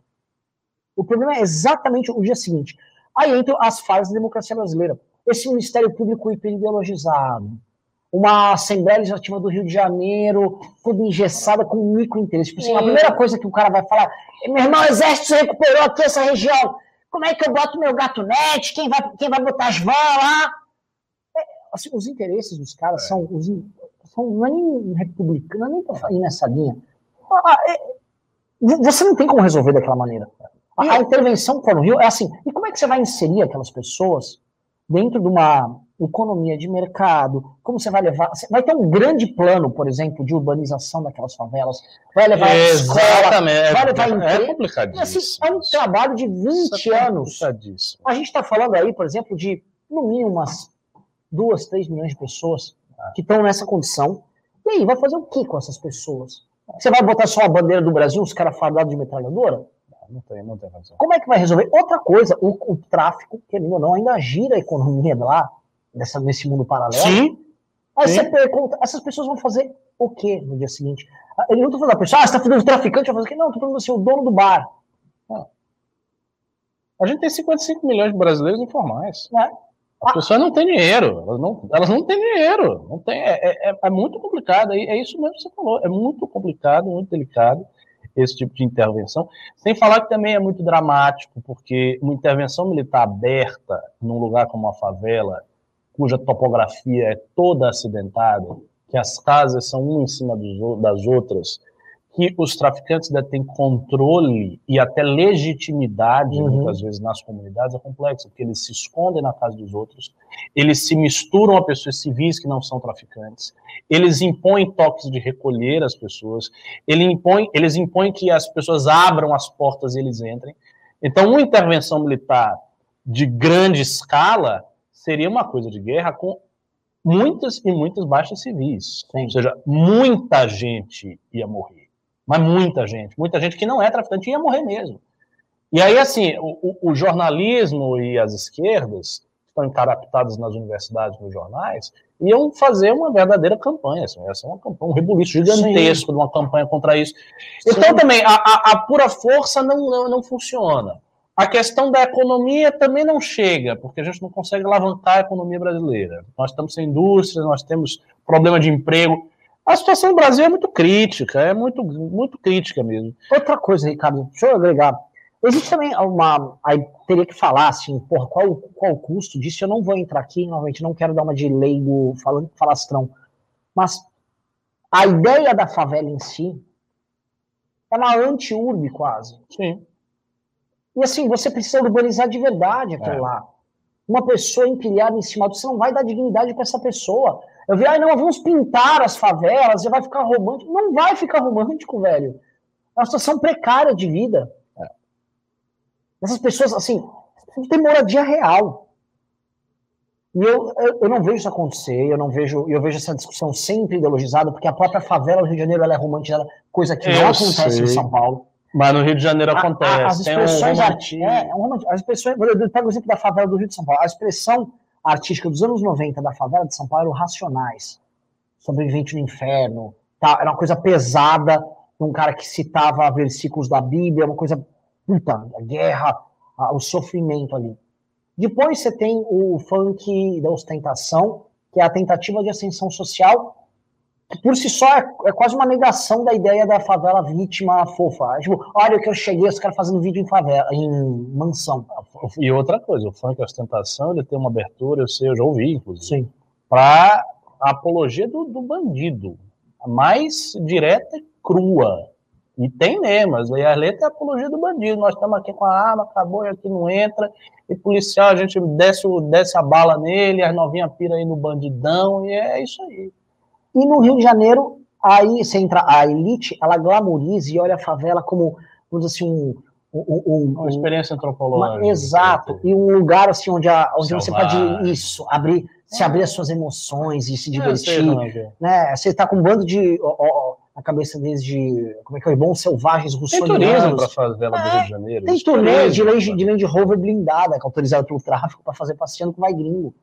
O problema é exatamente o dia seguinte. Aí entram as fases da democracia brasileira. Esse Ministério Público hiperideologizado, uma Assembleia Legislativa do Rio de Janeiro, toda engessada com microinteresse. Tipo assim, a primeira coisa que o cara vai falar é, meu irmão, o exército recuperou aqui essa região, como é que eu boto meu gato net, quem vai, quem vai botar as vans lá? É, assim, os interesses dos caras é. são, os, são, não é nem republicano, não é nem pra ir nessa linha. Ah, é, você não tem como resolver daquela maneira. A, a intervenção que foi no Rio é assim, e como é que você vai inserir aquelas pessoas dentro de uma economia de mercado? Como você vai levar? Vai ter um grande plano, por exemplo, de urbanização daquelas favelas, vai levar a escola, vai levar emprego. É complicadíssimo. Assim, é um trabalho de vinte anos. A gente está falando aí, por exemplo, de no mínimo umas duas, três milhões de pessoas que estão nessa condição. E aí, vai fazer o que com essas pessoas? Você vai botar só a bandeira do Brasil, os caras fardados de metralhadora? Não tem, não tem razão. Como é que vai resolver? Outra coisa, o, o tráfico, querendo ou não, ainda gira a economia lá, nessa, nesse mundo paralelo. Sim. Aí Sim. você pergunta, essas pessoas vão fazer o quê no dia seguinte? Eu não estou falando da pessoa, ah, você está falando do traficante, vai fazer o quê? Não, estou falando assim, o dono do bar. Ah. A gente tem cinquenta e cinco milhões de brasileiros informais. É. As ah. pessoas não têm dinheiro, elas não, elas não têm dinheiro. Não tem, é, é, é muito complicado, é, é isso mesmo que você falou, é muito complicado, muito delicado esse tipo de intervenção, sem falar que também é muito dramático, porque uma intervenção militar aberta num lugar como a favela, cuja topografia é toda acidentada, que as casas são uma em cima das outras, que os traficantes detêm controle e até legitimidade, uhum. muitas vezes, nas comunidades, é complexo, porque eles se escondem na casa dos outros, eles se misturam a pessoas civis que não são traficantes, eles impõem toques de recolher as pessoas, eles impõem, eles impõem que as pessoas abram as portas e eles entrem. Então, uma intervenção militar de grande escala, seria uma coisa de guerra com muitas e muitas baixas civis. Sim. Ou seja, muita gente ia morrer. Mas muita gente. Muita gente que não é traficante ia morrer mesmo. E aí, assim, o, o jornalismo e as esquerdas, que estão encaraptadas nas universidades, nos jornais, iam fazer uma verdadeira campanha. Assim, ia ser uma campanha, um rebuliço gigantesco Sim. de uma campanha contra isso. Sim. Então, também, a, a, a pura força não, não, não funciona. A questão da economia também não chega, porque a gente não consegue alavancar a economia brasileira. Nós estamos sem indústria, nós temos problema de emprego. A situação do Brasil é muito crítica, é muito, muito crítica mesmo. Outra coisa, Ricardo, deixa eu agregar. Existe também uma... Aí teria que falar, assim, porra, qual, qual o custo disso? Eu não vou entrar aqui, novamente, não quero dar uma de leigo falando falastrão. Mas a ideia da favela em si é uma anti-urbe quase. Sim. E assim, você precisa urbanizar de verdade aquilo é. lá. Uma pessoa empilhada em cima do... Você não vai dar dignidade para essa pessoa. Eu vi, ah, não, vamos pintar as favelas, já vai ficar romântico. Não vai ficar romântico, velho. É uma situação precária de vida. É. Essas pessoas, assim, tem que ter moradia real. E eu, eu, eu não vejo isso acontecer, eu não vejo, eu vejo essa discussão sempre ideologizada, porque a própria favela do Rio de Janeiro ela é romantizada, coisa que eu não acontece sei. em São Paulo. Mas no Rio de Janeiro acontece. A, a, as expressões um artísticas. É, um as expressões, eu pego o exemplo da favela do Rio de São Paulo. A expressão artística dos anos noventa da favela de São Paulo eram Racionais. Sobrevivente no Inferno. Tá? Era uma coisa pesada, um cara que citava versículos da Bíblia, uma coisa. Puta, a guerra, a, o sofrimento ali. Depois você tem o funk da ostentação, que é a tentativa de ascensão social. Que por si só é, é quase uma negação da ideia da favela vítima fofa. Tipo, olha que eu cheguei, os caras fazendo vídeo em favela, em mansão. E outra coisa, o funk ostentação, ele tem uma abertura, eu sei, eu já ouvi, inclusive, para a apologia do, do bandido. A mais direta e crua. E tem mesmo, e a letra é a apologia do bandido. Nós estamos aqui com a arma, acabou, e aqui não entra. E policial, a gente desce, desce a bala nele, as novinhas piram aí no bandidão, e é isso aí. E no Rio de Janeiro, aí você entra, a elite, ela glamoriza e olha a favela como, vamos dizer assim, um... um, um uma experiência antropológica. Uma, exato, e um lugar assim onde, a, onde você pode, isso, abrir, é. se abrir as suas emoções e se divertir. É, né? Você tá com um bando de, ó, ó, na cabeça deles de, como é que é, bons selvagens russonianos. Tem turismo pra favela do é, Rio de Janeiro. Tem turnê de Land, de Land Rover blindada, que é autorizada pelo tráfico para fazer passeando com vai gringo.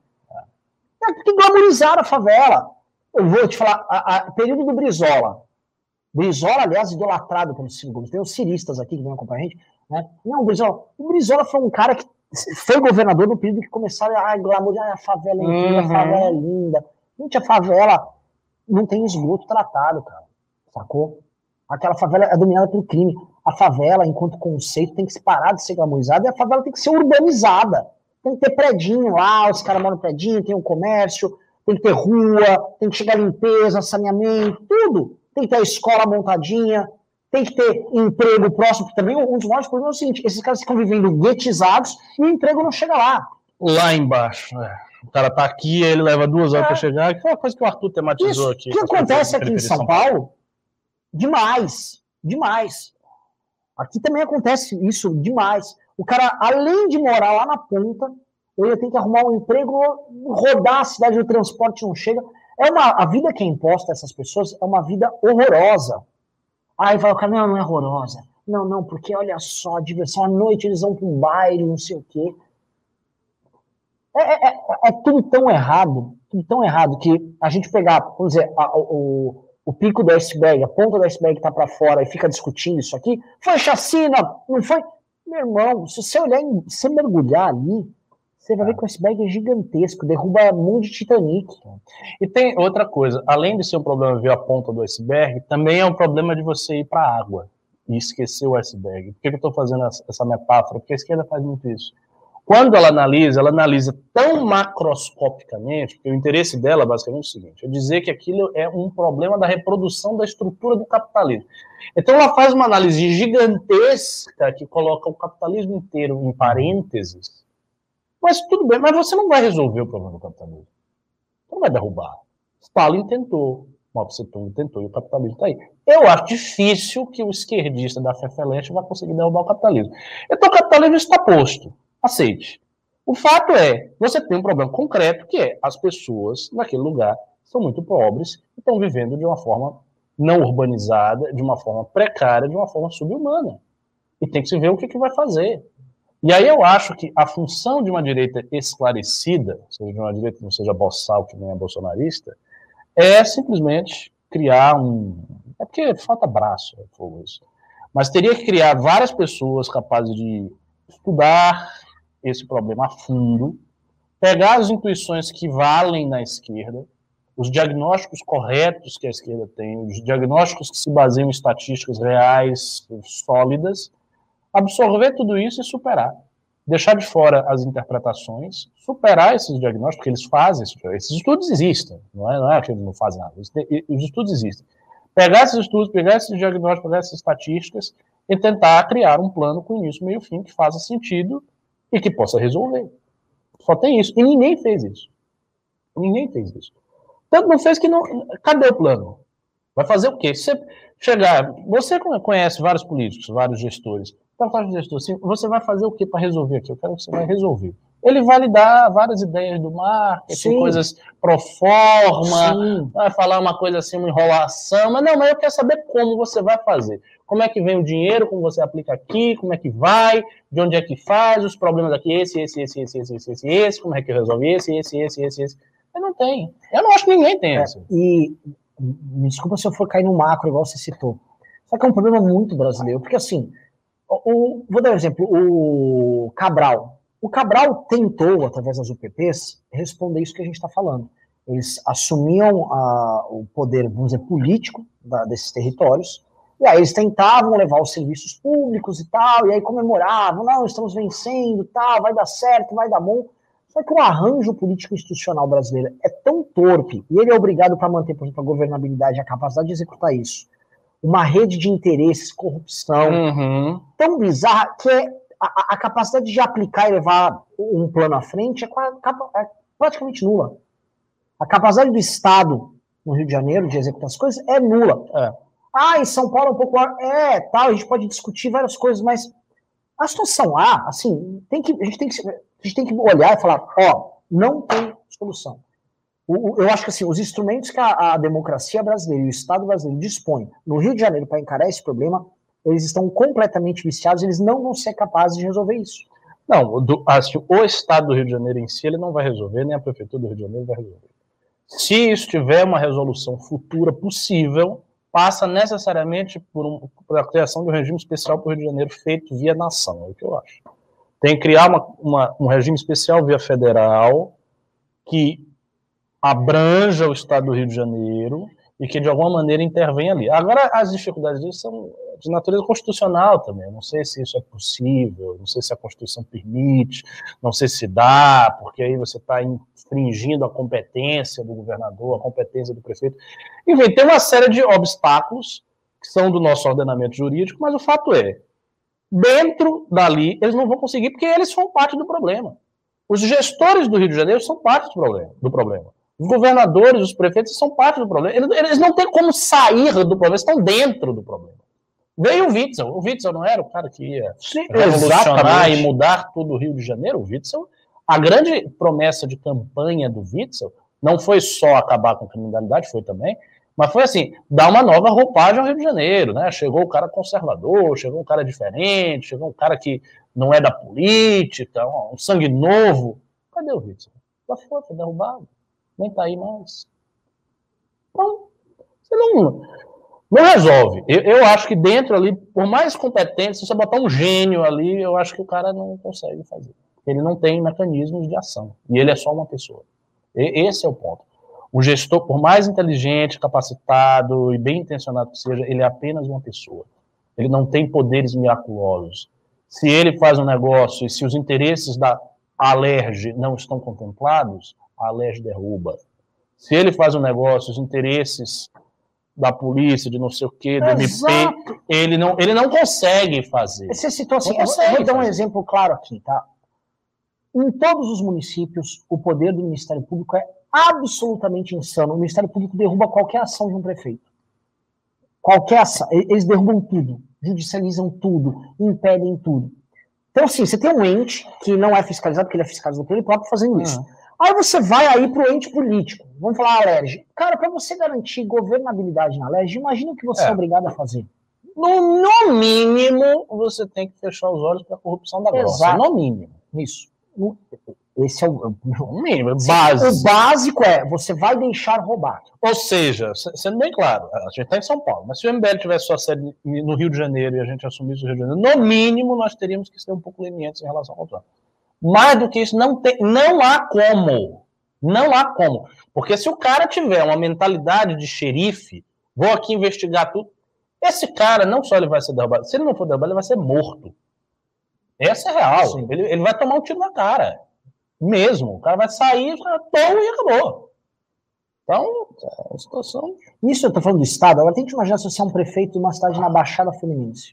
É, porque glamorizaram a favela. Eu vou te falar, a, a período do Brizola. Brizola, aliás, idolatrado pelos símbolos. Tem os ciristas aqui que vêm acompanhar a gente. Né? Não, o Brizola, o Brizola foi um cara que foi governador no período que começaram a glamorizar, a favela é linda, uhum. a favela é linda. Gente, a favela não tem esgoto tratado, cara. Sacou? Aquela favela é dominada pelo crime. A favela, enquanto conceito, tem que se parar de ser glamorizada e a favela tem que ser urbanizada. Tem que ter predinho lá, os caras moram no predinho, tem um comércio... Tem que ter rua, tem que chegar limpeza, saneamento, tudo. Tem que ter a escola montadinha, tem que ter emprego próximo, porque também um dos maiores problemas é o seguinte, esses caras ficam vivendo guetizados e o emprego não chega lá. Lá embaixo, é. O cara tá aqui, ele leva duas horas é. para chegar, que foi uma coisa que o Arthur tematizou Isso, aqui. O que acontece aqui em São Paulo, demais, demais. Aqui também acontece isso demais. O cara, além de morar lá na ponta, ele tem que arrumar um emprego, rodar a cidade, o transporte não chega. É uma, a vida que é imposta a essas pessoas é uma vida horrorosa. Aí vai o cara, não, não é horrorosa. Não, não, porque olha só, a diversão, à noite eles vão para um baile, não sei o quê. É, é, é tudo tão errado, tudo tão errado, que a gente pegar, vamos dizer, a, o, o pico do iceberg, a ponta do iceberg está para fora e fica discutindo isso aqui, foi chacina, não foi? Meu irmão, se você olhar, se você mergulhar ali, você vai ver que o iceberg é gigantesco, derruba um monte de Titanic. E tem outra coisa, além de ser um problema ver a ponta do iceberg, também é um problema de você ir para a água e esquecer o iceberg. Por que eu estou fazendo essa metáfora? Porque a esquerda faz muito isso. Quando ela analisa, ela analisa tão macroscopicamente, que o interesse dela basicamente é o seguinte, é dizer que aquilo é um problema da reprodução da estrutura do capitalismo. Então ela faz uma análise gigantesca que coloca o capitalismo inteiro em parênteses. Mas tudo bem, mas você não vai resolver o problema do capitalismo. Você não vai derrubar. Stalin tentou, Mao Tse-tung tentou, e o capitalismo está aí. Eu acho difícil que o esquerdista da Fefeleste vai conseguir derrubar o capitalismo. Então o capitalismo está posto. Aceite. O fato é, você tem um problema concreto, que é as pessoas naquele lugar são muito pobres e estão vivendo de uma forma não urbanizada, de uma forma precária, de uma forma subhumana. E tem que se ver o que, que vai fazer. E aí eu acho que a função de uma direita esclarecida, ou seja, de uma direita que não seja boçal, que nem é bolsonarista, é simplesmente criar um... É porque falta braço, é fogo isso. Mas teria que criar várias pessoas capazes de estudar esse problema a fundo, pegar as intuições que valem na esquerda, os diagnósticos corretos que a esquerda tem, os diagnósticos que se baseiam em estatísticas reais, sólidas, absorver tudo isso e superar. Deixar de fora as interpretações, superar esses diagnósticos, porque eles fazem, esses estudos existem, não é, não é que eles não fazem nada, os estudos existem. Pegar esses estudos, pegar esses diagnósticos, pegar essas estatísticas e tentar criar um plano com início, meio e fim, que faça sentido e que possa resolver. Só tem isso. E ninguém fez isso. Ninguém fez isso. Tanto não fez que não... Cadê o plano? Vai fazer o quê? Se você chegar... Você conhece vários políticos, vários gestores. Então, vários gestores, assim, você vai fazer o quê para resolver aqui? Eu quero que você vai resolver. Ele vai lhe dar várias ideias do marketing, Sim. coisas pro forma, Sim. vai falar uma coisa assim, uma enrolação, mas não, mas eu quero saber como você vai fazer. Como é que vem o dinheiro, como você aplica aqui, como é que vai, de onde é que faz, os problemas aqui, esse, esse, esse, esse, esse, esse, esse, esse como é que resolve esse, esse, esse, esse, esse. Eu não tenho. Eu não acho que ninguém tem isso. É, e me desculpa se eu for cair no macro, igual você citou. Só que é um problema muito brasileiro, porque assim, o, vou dar um exemplo, o Cabral. O Cabral tentou, através das U P Ps, responder isso que a gente está falando. Eles assumiam a, o poder, vamos dizer, político da, desses territórios, e aí eles tentavam levar os serviços públicos e tal, e aí comemoravam, não, estamos vencendo, tal, vai dar certo, vai dar bom. Só que o arranjo político institucional brasileiro é tão torpe, e ele é obrigado para manter, por exemplo, a governabilidade, a capacidade de executar isso, uma rede de interesses, corrupção, uhum. tão bizarra, que é A, a capacidade de aplicar e levar um plano à frente é, é praticamente nula. A capacidade do Estado no Rio de Janeiro de executar as coisas é nula. É. Ah, em São Paulo é um pouco... É, tal, a gente pode discutir várias coisas, mas a situação lá, assim, tem que, a, gente tem que, a gente tem que olhar e falar, ó, não tem solução. O, o, eu acho que assim, os instrumentos que a, a democracia brasileira e o Estado brasileiro dispõem no Rio de Janeiro para encarar esse problema, eles estão completamente viciados, eles não vão ser capazes de resolver isso. Não, do, assim, o Estado do Rio de Janeiro em si, ele não vai resolver, nem a Prefeitura do Rio de Janeiro vai resolver. Se isso tiver uma resolução futura possível, passa necessariamente por, um, por a criação de um regime especial para o Rio de Janeiro feito via nação, é o que eu acho. Tem que criar uma, uma, um regime especial via federal que abranja o Estado do Rio de Janeiro e que, de alguma maneira, intervém ali. Agora, as dificuldades disso são de natureza constitucional também. Eu não sei se isso é possível, não sei se a Constituição permite, não sei se dá, porque aí você está infringindo a competência do governador, a competência do prefeito. Enfim, tem uma série de obstáculos que são do nosso ordenamento jurídico, mas o fato é, dentro dali, eles não vão conseguir, porque eles são parte do problema. Os gestores do Rio de Janeiro são parte do problema. Do problema. Os governadores, os prefeitos são parte do problema. Eles, eles não têm como sair do problema, eles estão dentro do problema. Veio o Witzel. O Witzel não era o cara que ia Sim, revolucionar exatamente. E mudar todo o Rio de Janeiro? O Witzel, a grande promessa de campanha do Witzel não foi só acabar com a criminalidade, foi também, mas foi assim, dar uma nova roupagem ao Rio de Janeiro, né? Chegou o cara conservador, chegou um cara diferente, chegou um cara que não é da política, um sangue novo. Cadê o Witzel? Já foi, foi derrubado. Nem tá aí mais. Então, você não, não resolve. Eu, eu acho que dentro ali, por mais competente, se você botar um gênio ali, eu acho que o cara não consegue fazer. Ele não tem mecanismos de ação. E ele é só uma pessoa. E, esse é o ponto. O gestor, por mais inteligente, capacitado e bem intencionado que seja, ele é apenas uma pessoa. Ele não tem poderes miraculosos. Se ele faz um negócio e se os interesses da Alerj não estão contemplados, a Alerj derruba. Se ele faz um negócio, os interesses da polícia, de não sei o quê, do M P, ele não, ele não consegue fazer. Você citou assim, eu vou dar um exemplo claro aqui, tá? Em todos os municípios, o poder do Ministério Público é absolutamente insano. O Ministério Público derruba qualquer ação de um prefeito. Qualquer ação. Eles derrubam tudo, judicializam tudo, impedem tudo. Então, assim, você tem um ente que não é fiscalizado, porque ele é fiscalizado por ele próprio fazendo isso. Uhum. Aí você vai aí pro ente político. Vamos falar a Alerj. Cara, para você garantir governabilidade na Alerj, imagina o que você é, é obrigado a fazer. No, no mínimo, você tem que fechar os olhos para a corrupção da grossa. No mínimo. Isso. Esse é o, o mínimo, básico. O básico é, você vai deixar roubar. Ou seja, sendo bem claro, a gente está em São Paulo, mas se o M B L tivesse sua sede no Rio de Janeiro e a gente assumisse o Rio de Janeiro, no mínimo nós teríamos que ser um pouco lenientes em relação ao plano. Mais do que isso, não, tem, não há como. Não há como. Porque se o cara tiver uma mentalidade de xerife, vou aqui investigar tudo, esse cara não só ele vai ser derrubado, se ele não for derrubado, ele vai ser morto. Essa é real. Ele, ele vai tomar um tiro na cara. Mesmo. O cara vai sair, o cara toma e acabou. Então, é uma situação... Isso eu tô falando do Estado. Agora tente imaginar se você é um prefeito de uma cidade na Baixada Fluminense.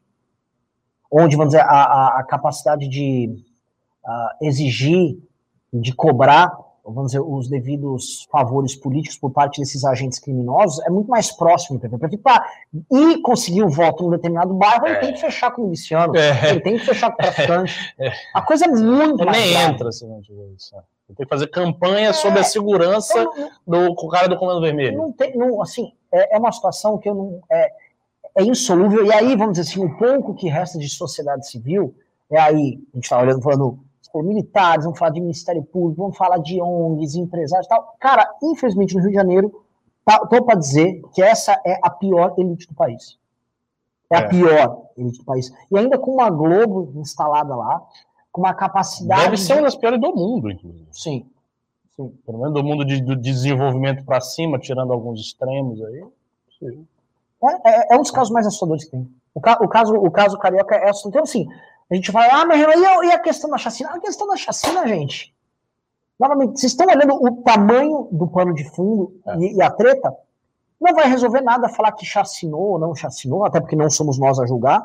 Onde, vamos dizer, a, a, a capacidade de uh, exigir, de cobrar, vamos dizer, os devidos favores políticos por parte desses agentes criminosos é muito mais próximo. O prefeito, para ir conseguir o voto em um determinado bairro, ele é. tem que fechar com o miliciano, é. ele tem que fechar com o traficante. É. A coisa é muito ele mais nem grave. entra se não tiver isso. Tem que fazer campanha é. sobre a segurança não, do cara do Comando Vermelho. Não tem, não, assim, é, é uma situação que eu não... É, é insolúvel. E aí, vamos dizer assim, o pouco que resta de sociedade civil, é aí, a gente está olhando, falando... militares, vamos falar de Ministério Público, vamos falar de O N Gs, empresários e tal. Cara, infelizmente no Rio de Janeiro, estou para dizer que essa é a pior elite do país. É, é a pior elite do país. E ainda com uma Globo instalada lá, com uma capacidade... Deve ser uma das piores do mundo, inclusive. Sim. Sim. Pelo menos do mundo de, do desenvolvimento para cima, tirando alguns extremos aí. Sim. É, é, é um dos casos mais assustadores que tem. O, ca, o, caso, o caso carioca é assustador. Então, assim... A gente fala, ah, mas e a questão da chacina? A questão da chacina, gente, novamente, vocês estão olhando o tamanho do pano de fundo é. e, e a treta, não vai resolver nada falar que chacinou ou não chacinou, até porque não somos nós a julgar,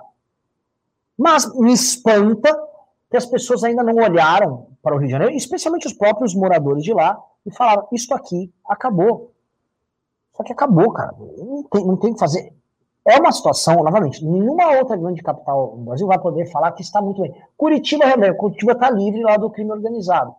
mas me espanta que as pessoas ainda não olharam para o Rio de Janeiro, especialmente os próprios moradores de lá, e falaram, isso aqui acabou. Só que acabou, cara, não tem, não tem o que fazer. É uma situação, novamente, nenhuma outra grande capital no Brasil vai poder falar que está muito bem. Curitiba, Curitiba está livre lá do crime organizado.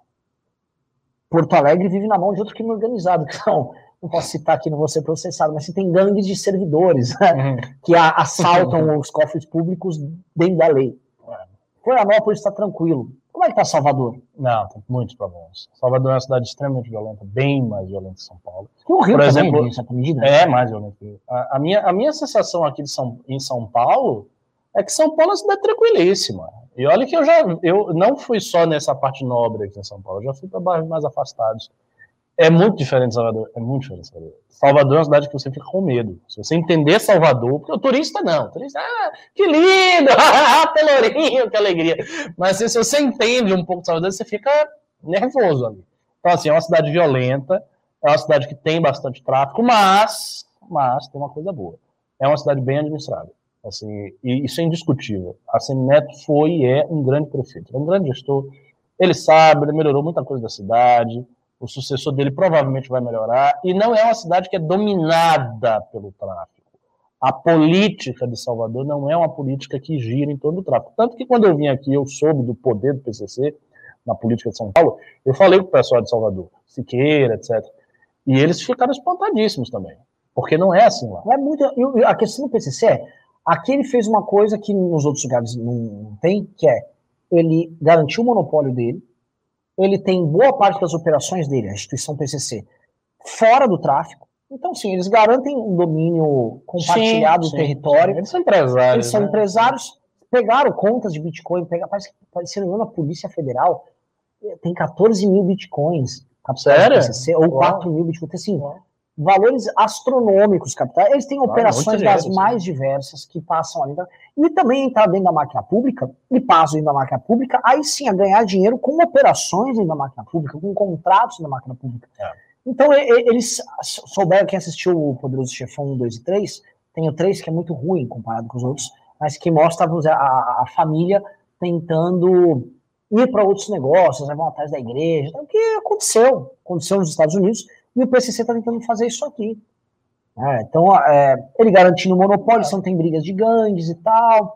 Porto Alegre vive na mão de outro crime organizado. Então, não posso citar aqui, não vou ser processado, mas se tem gangues de servidores, né, uhum. que a, assaltam os cofres públicos dentro da lei. Florianópolis está tranquilo. Como é que está Salvador? Não, tem muitos problemas. Salvador é uma cidade extremamente violenta, bem mais violenta que São Paulo. E o Rio, por exemplo, também, em certa medida? É mais violento. A, a, minha, a minha sensação aqui de São, em São Paulo é que São Paulo é uma cidade tranquilíssima. E olha que eu já eu não fui só nessa parte nobre aqui em São Paulo, eu já fui para bairros mais afastados. É muito diferente de Salvador, é muito diferente de Salvador. Salvador é uma cidade que você fica com medo. Se você entender Salvador, porque o turista não, o turista, ah, que lindo, ah, pelourinho, que alegria. Mas se você entende um pouco de Salvador, você fica nervoso ali. Então, assim, é uma cidade violenta, é uma cidade que tem bastante tráfico, mas, mas tem uma coisa boa. É uma cidade bem administrada. Assim, e isso é indiscutível. A Semineto foi e é um grande prefeito, é um grande gestor. Ele sabe, ele melhorou muita coisa da cidade. O sucessor dele provavelmente vai melhorar, e não é uma cidade que é dominada pelo tráfico. A política de Salvador não é uma política que gira em torno do tráfico. Tanto que quando eu vim aqui, eu soube do poder do P C C na política de São Paulo, eu falei com o pessoal de Salvador, Siqueira, etcétera. E eles ficaram espantadíssimos também, porque não é assim lá. É muito, a questão do P C C é, aqui ele fez uma coisa que nos outros lugares não tem, que é, ele garantiu o monopólio dele, ele tem boa parte das operações dele, a instituição P C C, fora do tráfico. Então, sim, eles garantem um domínio compartilhado sim, do sim, território. Sim. Eles são empresários. Eles são né? empresários, pegaram contas de Bitcoin, pegaram, parece que, se não me engano, a Polícia Federal tem quatorze mil Bitcoins. Sério? P C C, ou quatro mil Bitcoins. Assim, Uau. Valores astronômicos, capitais. Eles têm operações ah, das mais diversas que passam ali. E também entrar dentro da máquina pública, e passam dentro da máquina pública, aí sim a ganhar dinheiro com operações dentro da máquina pública, com contratos da máquina pública. É. Então eles souberam, quem assistiu o Poderoso Chefão um, dois e três, tem o três que é muito ruim comparado com os outros, mas que mostra a, a, a família tentando ir para outros negócios, vão atrás da igreja, o que aconteceu, aconteceu nos Estados Unidos, e o P C C está tentando fazer isso aqui. É, então, é, ele garantindo o monopólio, não tem brigas de gangues e tal,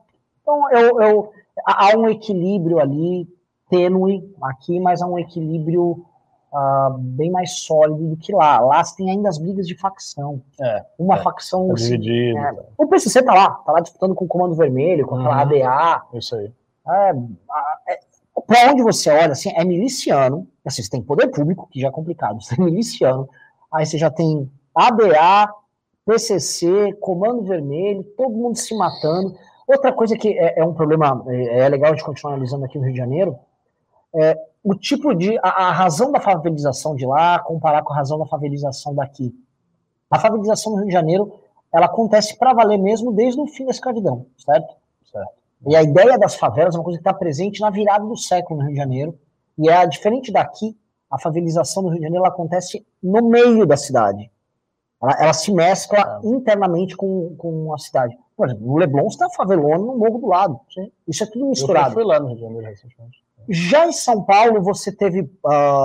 Então, eu, eu, há um equilíbrio ali, tênue aqui, mas há um equilíbrio uh, bem mais sólido do que lá. Lá tem ainda as brigas de facção. É, Uma é, facção... tá assim, dividido. É, o P C C tá lá, tá lá disputando com o Comando Vermelho, com aquela Uhum. A D A. Isso aí. É, é, pra onde você olha, assim, é miliciano. Assim, você tem poder público, que já é complicado. Você tem miliciano. Aí você já tem A D A, P C C, Comando Vermelho, todo mundo se matando. Outra coisa que é, é um problema, é, é legal de continuar analisando aqui no Rio de Janeiro, é o tipo de, a, a razão da favelização de lá comparar com a razão da favelização daqui. A favelização no Rio de Janeiro, ela acontece para valer mesmo desde o fim da escravidão, certo? Certo. E a ideia das favelas é uma coisa que está presente na virada do século no Rio de Janeiro, e é diferente daqui, a favelização no Rio de Janeiro ela acontece no meio da cidade. Ela, ela se mescla é. internamente com, com a cidade. Por exemplo, no Leblon você tem a favelona no morro do lado. Sim. Isso é tudo misturado. Eu fui lá no Rio de Janeiro recentemente. Já em São Paulo, você teve uh,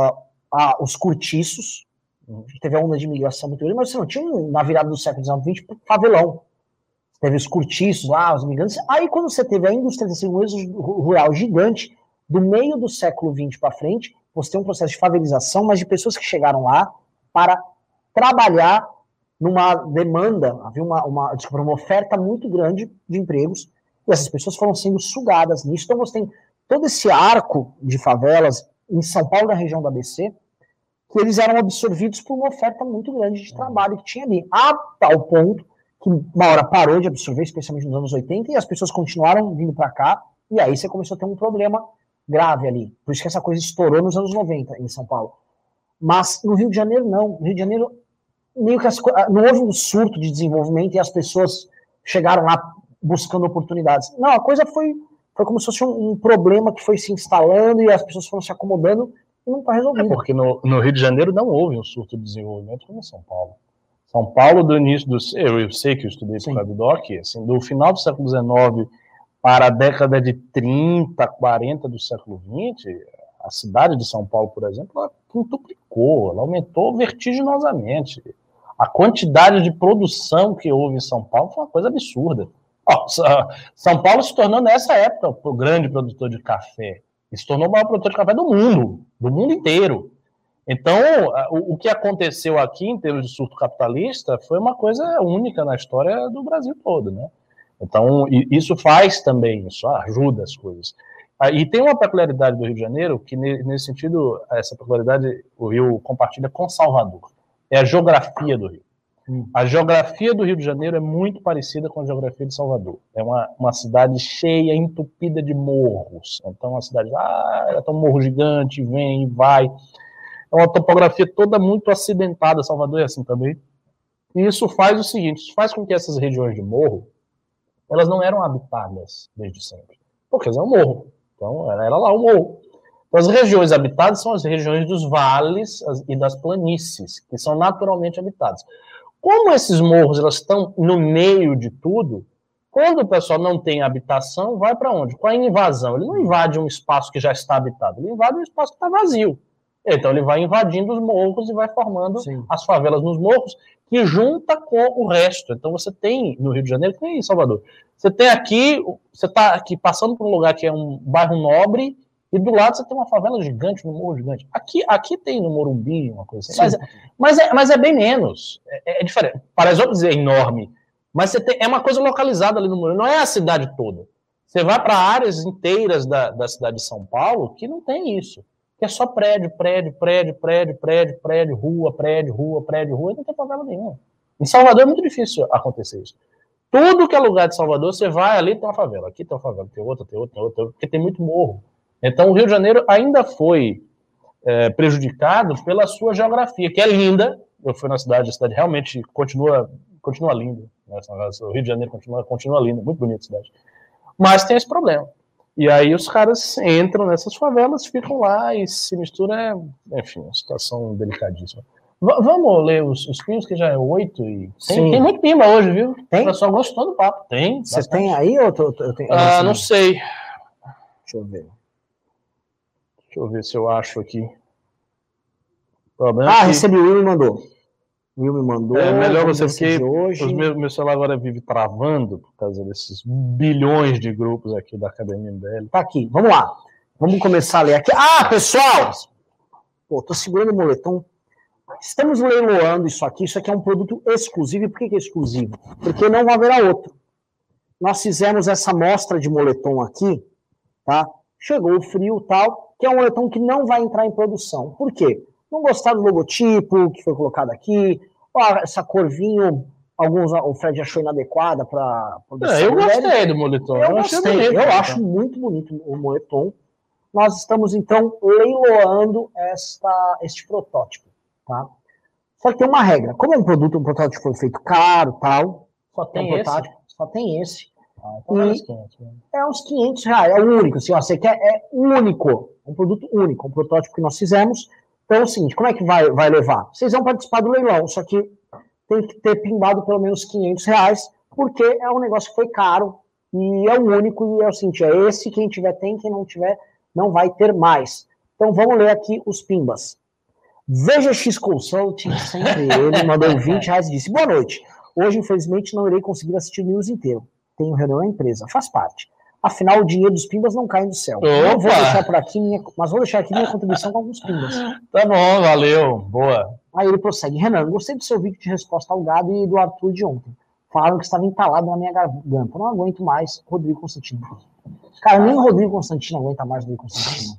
uh, os cortiços, uhum. teve a onda de imigração muito grande, mas você não tinha, na virada do século dezenove, vinte, favelão. Teve os cortiços lá, os imigrantes. Aí, quando você teve a industrialização, um êxodo rural gigante, do meio do século vinte para frente, você tem um processo de favelização, mas de pessoas que chegaram lá para trabalhar numa demanda, havia uma, uma, desculpa, uma oferta muito grande de empregos, e essas pessoas foram sendo sugadas nisso. Então você tem todo esse arco de favelas em São Paulo, na região da A B C, que eles eram absorvidos por uma oferta muito grande de trabalho que tinha ali, a tal ponto que uma hora parou de absorver, especialmente nos anos oitenta, e as pessoas continuaram vindo para cá, e aí você começou a ter um problema grave ali. Por isso que essa coisa estourou nos anos noventa em São Paulo. Mas no Rio de Janeiro, não. No Rio de Janeiro, meio que as, não houve um surto de desenvolvimento e as pessoas chegaram lá buscando oportunidades. Não, a coisa foi, foi como se fosse um, um problema que foi se instalando e as pessoas foram se acomodando e não está resolvido. É porque no, no Rio de Janeiro não houve um surto de desenvolvimento como em São Paulo. São Paulo, do início do... Eu, eu sei que eu estudei por causa do D O C, assim, do final do século dezenove para a década de trinta, quarenta do século vinte, a cidade de São Paulo, por exemplo, ela quintuplicou, ela aumentou vertiginosamente. A quantidade de produção que houve em São Paulo foi uma coisa absurda. Oh, São Paulo se tornou, nessa época, o grande produtor de café. E se tornou o maior produtor de café do mundo, do mundo inteiro. Então, o, o que aconteceu aqui, em termos de surto capitalista, foi uma coisa única na história do Brasil todo, né? Então, isso faz também, isso ajuda as coisas. E tem uma peculiaridade do Rio de Janeiro, que nesse sentido, essa peculiaridade o Rio compartilha com Salvador. É a geografia do Rio. Hum. A geografia do Rio de Janeiro é muito parecida com a geografia de Salvador. É uma, uma cidade cheia, entupida de morros. Então, a cidade, ah, é um morro gigante, vem e vai. É uma topografia toda muito acidentada. Salvador é assim também. E isso faz o seguinte, isso faz com que essas regiões de morro, elas não eram habitadas desde sempre. Porque é um morro. Então, era lá o morro. Então, as regiões habitadas são as regiões dos vales as, e das planícies, que são naturalmente habitadas. Como esses morros elas estão no meio de tudo, quando o pessoal não tem habitação, vai para onde? Com a invasão. Ele não invade um espaço que já está habitado, ele invade um espaço que está vazio. Então, ele vai invadindo os morros e vai formando Sim. as favelas nos morros, que junta com o resto. Então, você tem, no Rio de Janeiro, tem em Salvador, você tem aqui, você está aqui passando por um lugar que é um bairro nobre, e do lado você tem uma favela gigante, um morro gigante. Aqui, aqui tem no Morumbi uma coisa assim, mas, mas, é, mas é bem menos, é, é diferente. Parece dizer enorme, mas você tem, é uma coisa localizada ali no Morumbi, não é a cidade toda. Você vai para áreas inteiras da, da cidade de São Paulo que não tem isso. Que é só prédio, prédio, prédio, prédio, prédio, prédio, rua, prédio, rua, prédio, rua, e não tem favela nenhuma. Em Salvador é muito difícil acontecer isso. Tudo que é lugar de Salvador, você vai ali, tem uma favela. Aqui tem uma favela, tem outra, tem outra, tem outra, porque tem muito morro. Então o Rio de Janeiro ainda foi é, prejudicado pela sua geografia, que é linda. Eu fui na cidade, a cidade realmente continua, continua linda. Né? O Rio de Janeiro continua, continua linda, muito bonita a cidade. Mas tem esse problema. E aí os caras entram nessas favelas, ficam lá e se misturam, é, enfim, uma situação delicadíssima. V- vamos ler os, os pimbas, que já é oito e... Tem, tem muito pimba hoje, viu? Tem? O pessoal gostou do papo. Tem. Você tem aí ou eu, eu tenho? Ah, não sei. Deixa eu ver. Deixa eu ver se eu acho aqui. Problema ah, que... recebi o Will e mandou. O Will me mandou. É melhor você, vamos porque decidir hoje. os meus, meu celular agora vive travando por causa desses bilhões de grupos aqui da Academia M B L. Tá aqui, vamos lá. Vamos começar a ler aqui. Ah, pessoal! Pô, tô segurando o moletom. Estamos leiloando isso aqui. Isso aqui é um produto exclusivo. E por que que é exclusivo? Porque não haverá outro. Nós fizemos essa amostra de moletom aqui, tá? Chegou o frio e tal, que é um moletom que não vai entrar em produção. Por quê? Não gostaram do logotipo que foi colocado aqui, ó, essa cor vinho, alguns o Fred achou inadequada para é, eu gostei do moletom. Eu, eu gostei, bonito, eu acho muito bonito o moletom. Nós estamos, então, leiloando esta, este protótipo, tá? Só que tem uma regra. Como é um produto, um protótipo foi feito caro, tal, só tem um esse? Protótipo, só tem esse. Ah, então é, uns quinhentos, né? É uns quinhentos reais, é o único. Se você quer, é único. Um produto único, um protótipo que nós fizemos. Então é o seguinte, como é que vai, vai levar? Vocês vão participar do leilão, só que tem que ter pimbado pelo menos quinhentos reais, porque é um negócio que foi caro, e é o único, e é o seguinte, é esse, quem tiver tem, quem não tiver não vai ter mais. Então vamos ler aqui os pimbas. V G X Consulting, sempre ele, mandou vinte reais e disse, boa noite, hoje infelizmente não irei conseguir assistir o news inteiro, tenho reunião na empresa, faz parte. Afinal, o dinheiro dos pimbas não cai do céu. Opa! Não vou deixar por aqui, minha, mas vou deixar aqui minha contribuição com alguns pimbas. Tá bom, valeu, boa. Aí ele prossegue. Renan, gostei do seu vídeo de resposta ao gado e do Arthur de ontem. Falaram que estava entalado na minha garganta. Não aguento mais Rodrigo Constantino. Cara, nem o Rodrigo Constantino aguenta mais Rodrigo Constantino.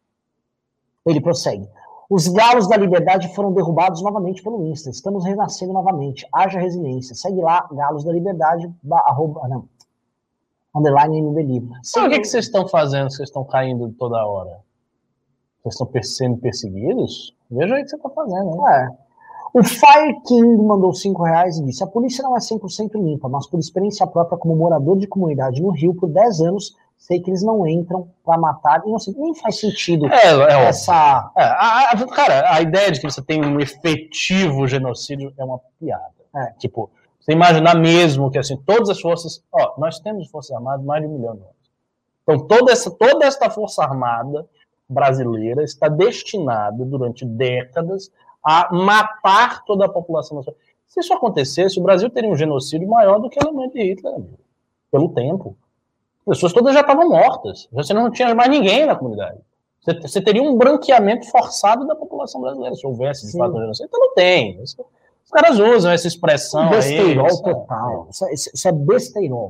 Ele prossegue. Os galos da liberdade foram derrubados novamente pelo Insta. Estamos renascendo novamente. Haja resiliência. Segue lá, galos da liberdade, arroba, não. Underline M B Livre. Por que, que vocês estão fazendo? Vocês estão caindo toda hora? Vocês estão sendo perseguidos? Veja aí o que você está fazendo. Hein? É. O Fire King mandou cinco reais e disse, a polícia não é cem por cento limpa, mas por experiência própria como morador de comunidade no Rio por dez anos, sei que eles não entram para matar. E não sei, nem faz sentido é, é essa... É, a, a, cara, a ideia de que você tem um efetivo genocídio é uma piada. É. Tipo... Você imaginar mesmo que assim, todas as forças... Ó, nós temos Forças Armadas mais de um milhão de anos. Então, toda essa, toda essa Força Armada brasileira está destinada, durante décadas, a matar toda a população nacional. Se isso acontecesse, o Brasil teria um genocídio maior do que a Alemanha de Hitler, amigo. Pelo tempo. As pessoas todas já estavam mortas. Você não tinha mais ninguém na comunidade. Você, você teria um branqueamento forçado da população brasileira, se houvesse, de Sim. fato, um genocídio. Então, não tem. Isso, os caras usam essa expressão besteirol aí. total. Isso é, isso é besteirol.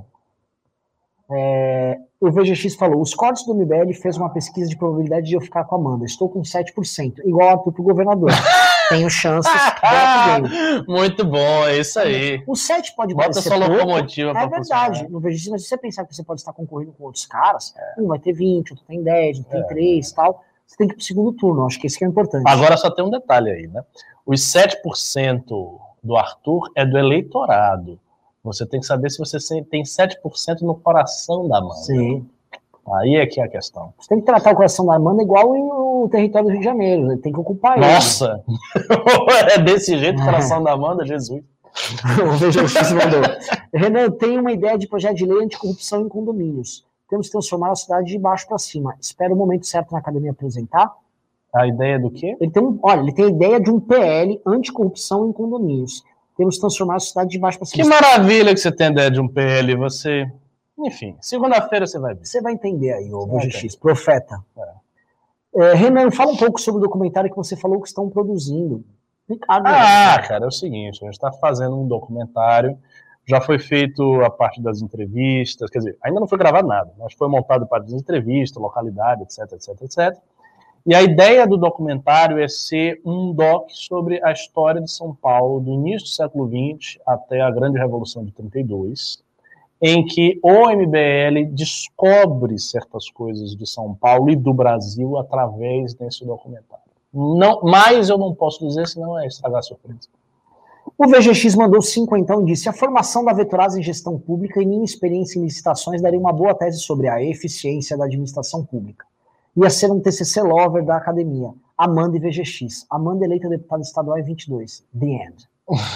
É, o V G X falou, os cortes do M B L fez uma pesquisa de probabilidade de eu ficar com a Amanda. Estou com sete por cento, igual a tu pro governador. Tenho chances. Muito bom, é isso aí. O sete pode Bota sua locomotiva para É verdade. No V G X, mas se você pensar que você pode estar concorrendo com outros caras, é. um vai ter vinte, outro tem dez, outro tem é. três e tal. Você tem que ir pro segundo turno. Acho que isso que é importante. Agora só tem um detalhe aí, né? Os sete por cento do Arthur é do eleitorado. Você tem que saber se você tem sete por cento no coração da Amanda. Sim. Aí é que é a questão. Você tem que tratar o coração da Amanda igual o território do Rio de Janeiro. Ele tem que ocupar ele. Nossa! É desse jeito o coração é. da Amanda, Jesus. Veja o X mandou. Renan, eu tenho uma ideia de projeto de lei anticorrupção em condomínios. Temos que transformar a cidade de baixo para cima. Espero o momento certo na academia apresentar. A ideia do quê? Ele tem um, olha, ele tem a ideia de um P L anticorrupção em condomínios. Temos que transformar a cidade de baixo para cima. Que maravilha que você tem a ideia de um P L. Você... Enfim, segunda-feira você vai ver. Você vai entender aí, o V G X, profeta. É. É, Renan, fala um pouco sobre o documentário que você falou que estão produzindo. Ricardo, ah, né? Cara, é o seguinte, a gente está fazendo um documentário, já foi feito a parte das entrevistas, quer dizer, ainda não foi gravado nada, mas foi montado a parte das entrevistas, localidade, etc, etc, etcétera. E a ideia do documentário é ser um doc sobre a história de São Paulo, do início do século vinte até a Grande Revolução de trinta e dois, em que o M B L descobre certas coisas de São Paulo e do Brasil através desse documentário. Não, mais eu não posso dizer, senão é estragar a surpresa. O V G X mandou cinco, então, e disse: a formação da Vetorasa em gestão pública e minha experiência em licitações daria uma boa tese sobre a eficiência da administração pública. Ia ser um T C C lover da academia. Amanda e V G X. Amanda eleita deputada estadual em vinte e dois. The end.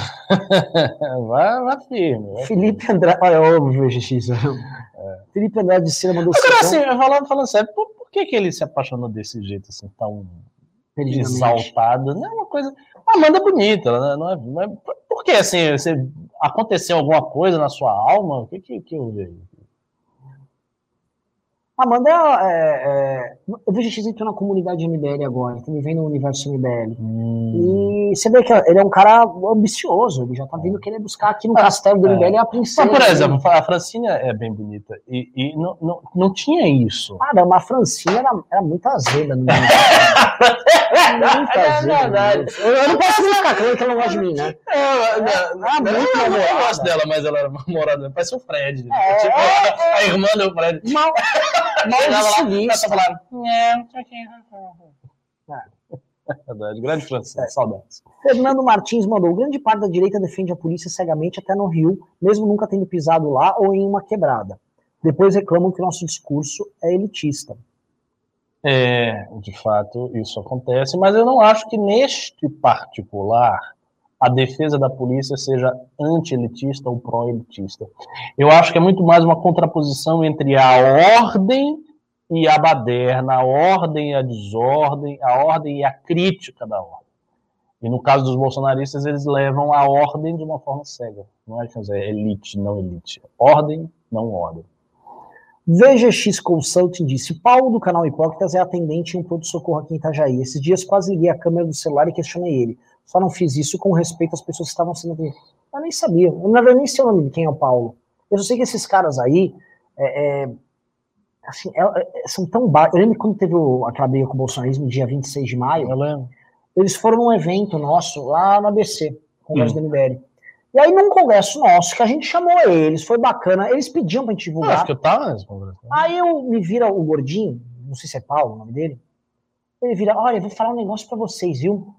vai, vai firme. Vai Felipe firme. Andrade. Olha, o V G X. É. Felipe Andrade de Cira mandou cinco. Agora, assim, falando, falando sério, por, por que, que ele se apaixonou desse jeito assim, tão exaltado, não é uma coisa... A Amanda é bonita, ela não é... Não é... Por que, assim, você... aconteceu alguma coisa na sua alma? O que que, que eu vejo? Amanda, é, é, eu vejo que entrou na comunidade M B L agora, tá me vendo no universo M B L. Hum. E você vê que ele é um cara ambicioso, ele já tá vindo querer buscar aqui no castelo do é. M B L a princesa. Mas, por exemplo, dele. A Francine é bem bonita, e, e não, não, não tinha isso. Cara, uma Francine era, era muito azeda no meu. Muito é azeda. Verdade. Eu, eu não posso ficar claro que ela não gosta de mim, né? É, não, não, não, muito eu, eu gosto dela, mas ela era namorada, parece o Fred. É, tipo, é, a irmã do Fred. Mal. Mal falando. Verdade, grande Francisco, é. Saudades. Fernando Martins mandou: grande parte da direita defende a polícia cegamente até no Rio, mesmo nunca tendo pisado lá ou em uma quebrada. Depois reclamam que nosso discurso é elitista. É, de fato, isso acontece, mas eu não acho que neste particular a defesa da polícia seja anti-elitista ou pró-elitista. Eu acho que é muito mais uma contraposição entre a ordem e a baderna, a ordem e a desordem, a ordem e a crítica da ordem. E no caso dos bolsonaristas, eles levam a ordem de uma forma cega. Não é, quer dizer, elite, não elite. Ordem, não ordem. V G X Consulting disse: Paulo do canal Hipócritas é atendente em um pronto-socorro aqui em Itajaí. Esses dias quase liguei a câmera do celular e questionei ele. Só não fiz isso com respeito às pessoas que estavam sendo atendidas. Eu nem sabia. Eu na verdade nem sei o nome de quem é o Paulo. Eu só sei que esses caras aí é, é, assim, é, é, são tão baixos. Eu lembro quando teve o, aquela briga com o bolsonarismo, dia vinte e seis de maio. Eu lembro. Eles foram num evento nosso lá no A B C, Congresso hum. do M B L. E aí, num congresso nosso, que a gente chamou eles, foi bacana, eles pediam pra gente divulgar. Acho que eu tava nesse congresso. Aí eu me vira o gordinho, não sei se é Paulo o nome dele, ele vira: olha, eu vou falar um negócio pra vocês, viu?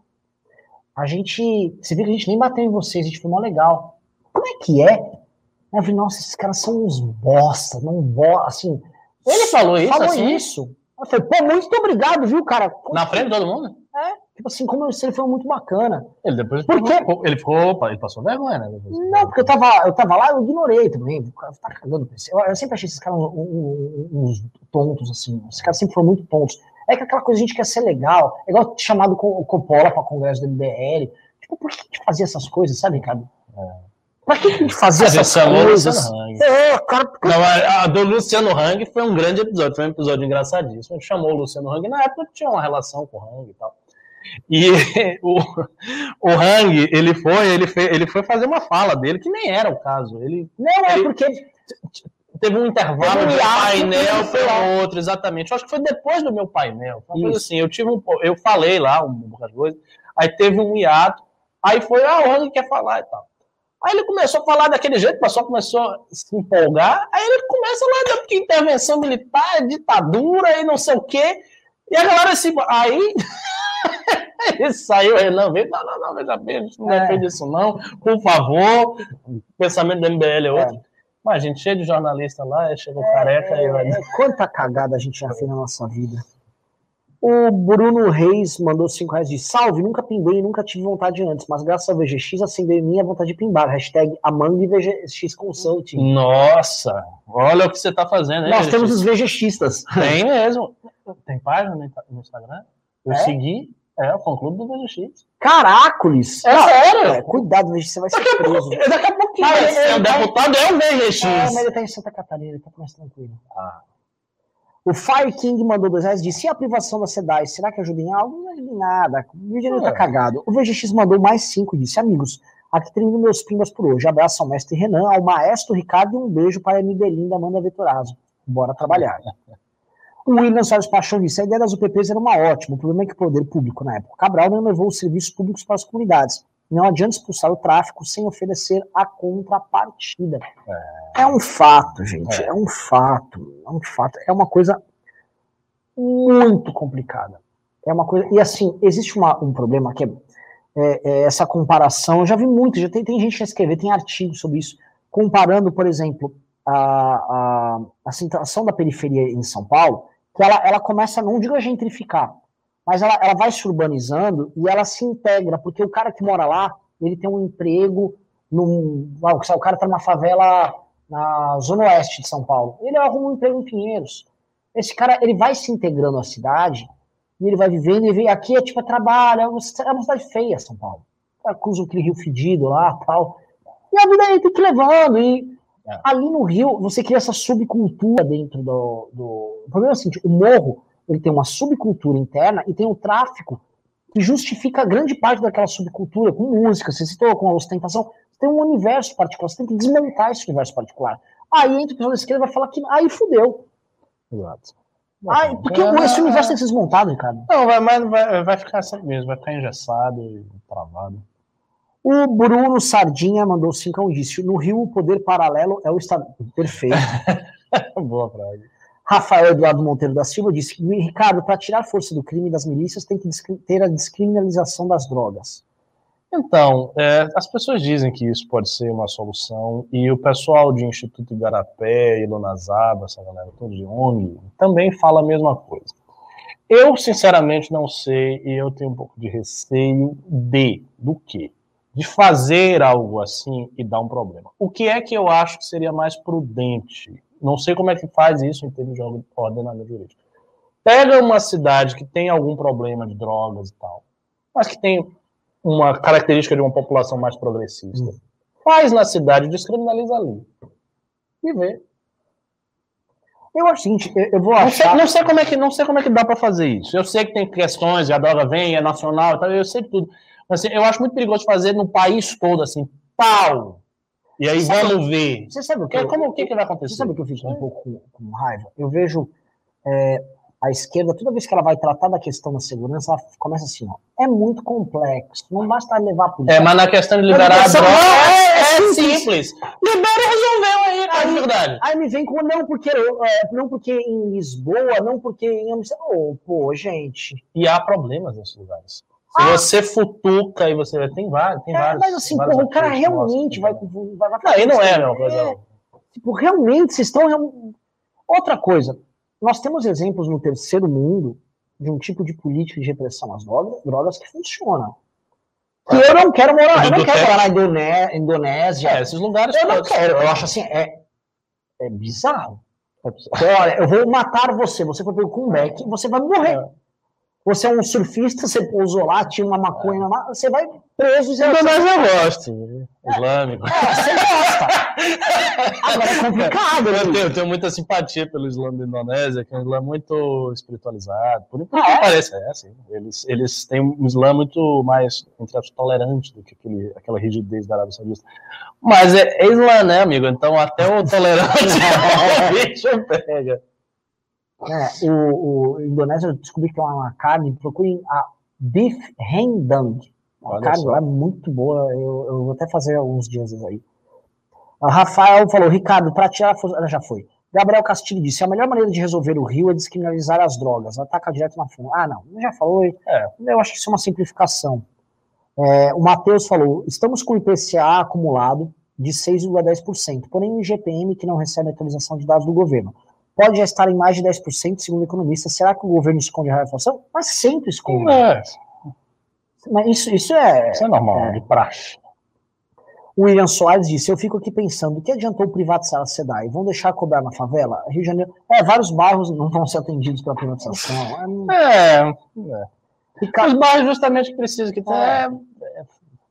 A gente, você viu que a gente nem bateu em vocês, a gente foi mó legal. Como é que é? Eu falei: nossa, esses caras são uns bosta, não bosta, assim. Ele falou isso Falou assim? isso. Eu falei: pô, muito obrigado, viu, cara? Como Na frente de todo mundo? É. Tipo assim, como eu, ele foi muito bacana. Ele depois porque... ficou, ele ficou, opa, ele passou vergonha, né? Não, porque eu tava, eu tava lá, eu ignorei também. O cara tá cagando. Eu, eu sempre achei esses caras uns, uns, uns tontos, assim. Esses caras sempre foram muito tontos. É que aquela coisa, a gente quer ser legal. É igual chamado o Coppola pra congresso do M B L. Tipo, por que a gente fazia essas coisas, sabe, Ricardo? É. Pra que a gente fazia Mas essas coisas? É, cara. Porque... Não, a, a do Luciano Hang foi um grande episódio, foi um episódio engraçadíssimo. A gente chamou o Luciano Hang, na época tinha uma relação com o Hang e tal. E o, o Hang, ele foi, ele, fez, ele foi fazer uma fala dele, que nem era o caso. Ele, não, é ele, porque teve um intervalo de painel para outro, exatamente. Eu acho que foi depois do meu painel. Uma coisa assim, eu, tive um, eu falei lá um bocado de coisa, aí teve um hiato, aí foi, ah, o Hang quer falar e tal. Aí ele começou a falar daquele jeito, o pessoal começou a se empolgar, aí ele começa lá, porque intervenção militar, ditadura e não sei o quê, e a galera assim, aí... Ele saiu, ele não veio, não, não, não, veja bem, a gente não é. fez isso não, por favor, o pensamento do M B L é outro. É. Mas a gente cheio de jornalista lá, chegou é, careca é, aí. É, quanta cagada a gente já fez na nossa vida. O Bruno Reis mandou cinco reais de salve, nunca pimbei e nunca tive vontade antes, mas graças ao V G X acendeu em mim a vontade de pimbar. Hashtag Amanda e V G X Consulting. Nossa, olha o que você tá fazendo, hein? Nós temos os VGXistas. Tem mesmo. Tem página no Instagram? Eu é? segui, é o fã-clube do V G X. Caracoles! É sério? É, cuidado, V G X, você vai ser daqui preso. A, daqui a pouquinho. Ah, ele, ele, o deputado é o V G X. É, mas ele tá em Santa Catarina, ele tá mais tranquilo. Ah. O Fire King mandou dois reais e disse: e a privação da SEDAI, será que ajuda em algo? Não ajuda em nada. O vídeo é. tá cagado. O V G X mandou mais cinco, disse: amigos, aqui termino meus pimbas por hoje. Abraço ao mestre Renan, ao maestro Ricardo e um beijo para a M Belinda Amanda Vetorazzo. Bora trabalhar. O William Soares Paixão disse: a ideia das U P Ps era uma ótima, o problema é que o poder público na época Cabral não levou os serviços públicos para as comunidades. Não adianta expulsar o tráfico sem oferecer a contrapartida. É, é um fato, gente, é. é um fato, é um fato, é uma coisa muito complicada. É uma coisa, e assim, existe uma, um problema que é, é, é essa comparação, eu já vi muito, já tem, tem gente que escrever, tem artigos sobre isso, comparando, por exemplo, a, a, a situação da periferia em São Paulo, que ela, ela começa, não digo a gentrificar, mas ela, ela vai se urbanizando e ela se integra, porque o cara que mora lá, ele tem um emprego, num, o cara está numa favela na zona oeste de São Paulo, ele arruma um emprego em Pinheiros. Esse cara, ele vai se integrando à cidade E ele vai vivendo, e vem aqui é tipo é trabalho, é uma cidade feia, São Paulo. Cruza aquele rio fedido lá e tal. E a vida aí tem que ir levando. E é. ali no Rio, você cria essa subcultura dentro do. do... O problema é o seguinte: o morro ele tem uma subcultura interna e tem um tráfico que justifica grande parte daquela subcultura, com música, você citou, com a ostentação. Você tem um universo particular, você tem que desmontar esse universo particular. Aí entra o pessoal da esquerda e vai falar que aí fudeu. Exato. Ai, porque é, esse universo tem que ser desmontado, Ricardo. Não, vai, mas vai, vai ficar assim mesmo, vai ficar engessado e travado. O Bruno Sardinha mandou cinco e disse: no Rio, o poder paralelo é o Estado. Perfeito. Boa frase. Rafael Eduardo Monteiro da Silva disse: Ricardo, para tirar força do crime das milícias, tem que ter a descriminalização das drogas. Então, é, as pessoas dizem que isso pode ser uma solução, e o pessoal de Instituto Igarapé, Ilonazaba, essa galera toda de O N G, também fala a mesma coisa. Eu, sinceramente, não sei, e eu tenho um pouco de receio de, do quê? De fazer algo assim e dar um problema. O que é que eu acho que seria mais prudente? Não sei como é que faz isso em termos de ordenamento jurídico. Pega uma cidade que tem algum problema de drogas e tal, mas que tem uma característica de uma população mais progressista. Hum. Faz na cidade, descriminaliza ali. E vê. Eu acho o seguinte, eu, eu vou achar... Não sei, não, sei como é que, não sei como é que dá para fazer isso. Eu sei que tem questões, a droga vem, é nacional, eu sei tudo. Mas assim, eu acho muito perigoso fazer no país todo, assim, pau! E aí você vamos sabe, ver. Você sabe o que, como, o que, que vai acontecer? Você sabe o que eu fico um pouco com, com raiva? Eu vejo é, a esquerda, toda vez que ela vai tratar da questão da segurança, ela começa assim, ó, é muito complexo, não basta levar a polícia. É, mas na questão de liberar a droga, é, é simples. Libera e resolveu aí, a verdade. Aí me vem com, não porque, é, não porque em Lisboa, não porque em Amsterdã. Oh, pô, gente. E há problemas nesses lugares. Se ah, você futuca e você tem vários, tem é, vários. Mas assim, porra, o cara realmente vai, vai, vai, vai não, aí não é a mesma coisa. É, tipo, realmente, vocês estão. Outra coisa, nós temos exemplos no terceiro mundo de um tipo de política de repressão às drogas, drogas que funciona. Que eu não quero morar, eu não quero morar na Indoné Indonésia. É, esses lugares. Eu não quero, eu acho assim, é, é bizarro. Olha, eu vou matar você, você foi pelo comeback, você vai morrer. É. Você é um surfista, você pousou lá, tinha uma maconha lá, você vai preso. Você mas vai... eu gosto. É. Islâmico. É, você gosta. Agora é complicado. Eu tenho, eu tenho muita simpatia pelo Islã da Indonésia, que é um Islã muito espiritualizado. Por incrível ah, que pareça, é assim. Eles, eles têm um Islã muito mais, entre aspas, tolerante do que aquele, aquela rigidez da Arábia Saudita. Mas é, é Islã, né, amigo? Então até o tolerante o bicho pega. É, o, o Indonésia, eu descobri que tem uma carne, procurem a Beef Rendang. A carne lá é muito boa, eu, eu vou até fazer alguns dias aí. A Rafael falou, Ricardo, para tirar a força... Ela já foi. Gabriel Castilho disse, a melhor maneira de resolver o Rio é descriminalizar as drogas, ataca direto na fonte. Ah, não, já falou, é. Eu acho que isso é uma simplificação. É, o Matheus falou, estamos com o I P C A acumulado de seis vírgula dez por cento, porém o I G P M que não recebe atualização de dados do governo. Pode já estar em mais de dez por cento, segundo o economista. Será que o governo esconde a inflação? Mas sempre esconde. É. Mas isso, isso é... Isso é normal, é. de praxe. O William Soares disse, eu fico aqui pensando, o que adiantou privatizar a SEDAI? Vão deixar cobrar na favela? Rio de Janeiro... É, vários bairros não vão ser atendidos pela privatização. É, é. Ricardo... Os bairros justamente que precisam que tem... É. É.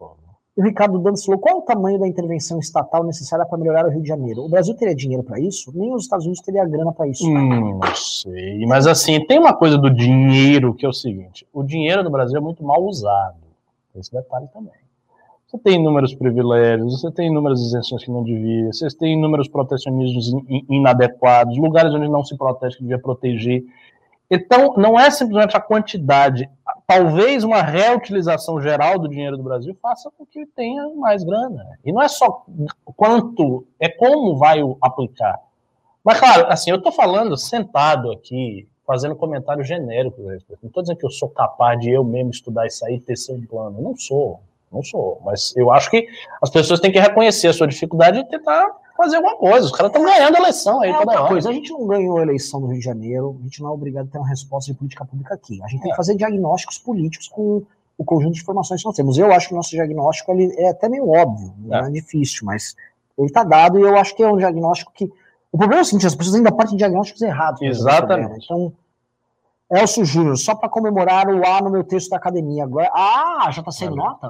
O Ricardo Dantas falou, qual é o tamanho da intervenção estatal necessária para melhorar o Rio de Janeiro? O Brasil teria dinheiro para isso? Nem os Estados Unidos teriam grana para isso. Hum, não sei, mas assim, tem uma coisa do dinheiro que é o seguinte, o dinheiro no Brasil é muito mal usado, esse detalhe também. Você tem inúmeros privilégios, você tem inúmeras isenções que não devia, você tem inúmeros protecionismos in, inadequados, lugares onde não se protege que devia proteger. Então, não é simplesmente a quantidade. Talvez uma reutilização geral do dinheiro do Brasil faça com que tenha mais grana. E não é só quanto, é como vai aplicar. Mas, claro, assim, eu estou falando sentado aqui, fazendo comentário genérico. Não estou dizendo que eu sou capaz de eu mesmo estudar isso aí e tecer um plano. Não sou, não sou. Mas eu acho que as pessoas têm que reconhecer a sua dificuldade e tentar fazer alguma coisa. Os caras estão ganhando a eleição aí é toda hora. Coisa. A gente não ganhou a eleição no Rio de Janeiro, a gente não é obrigado a ter uma resposta de política pública aqui. A gente é. tem que fazer diagnósticos políticos com o conjunto de informações que nós temos. Eu acho que o nosso diagnóstico ele é até meio óbvio, é. não é difícil, mas ele está dado e eu acho que é um diagnóstico que... O problema é o seguinte, as pessoas ainda partem de diagnósticos errados. Exatamente. Então, Elcio Júnior, só para comemorar o A no meu texto da academia. Agora... Ah, já tá sendo nota?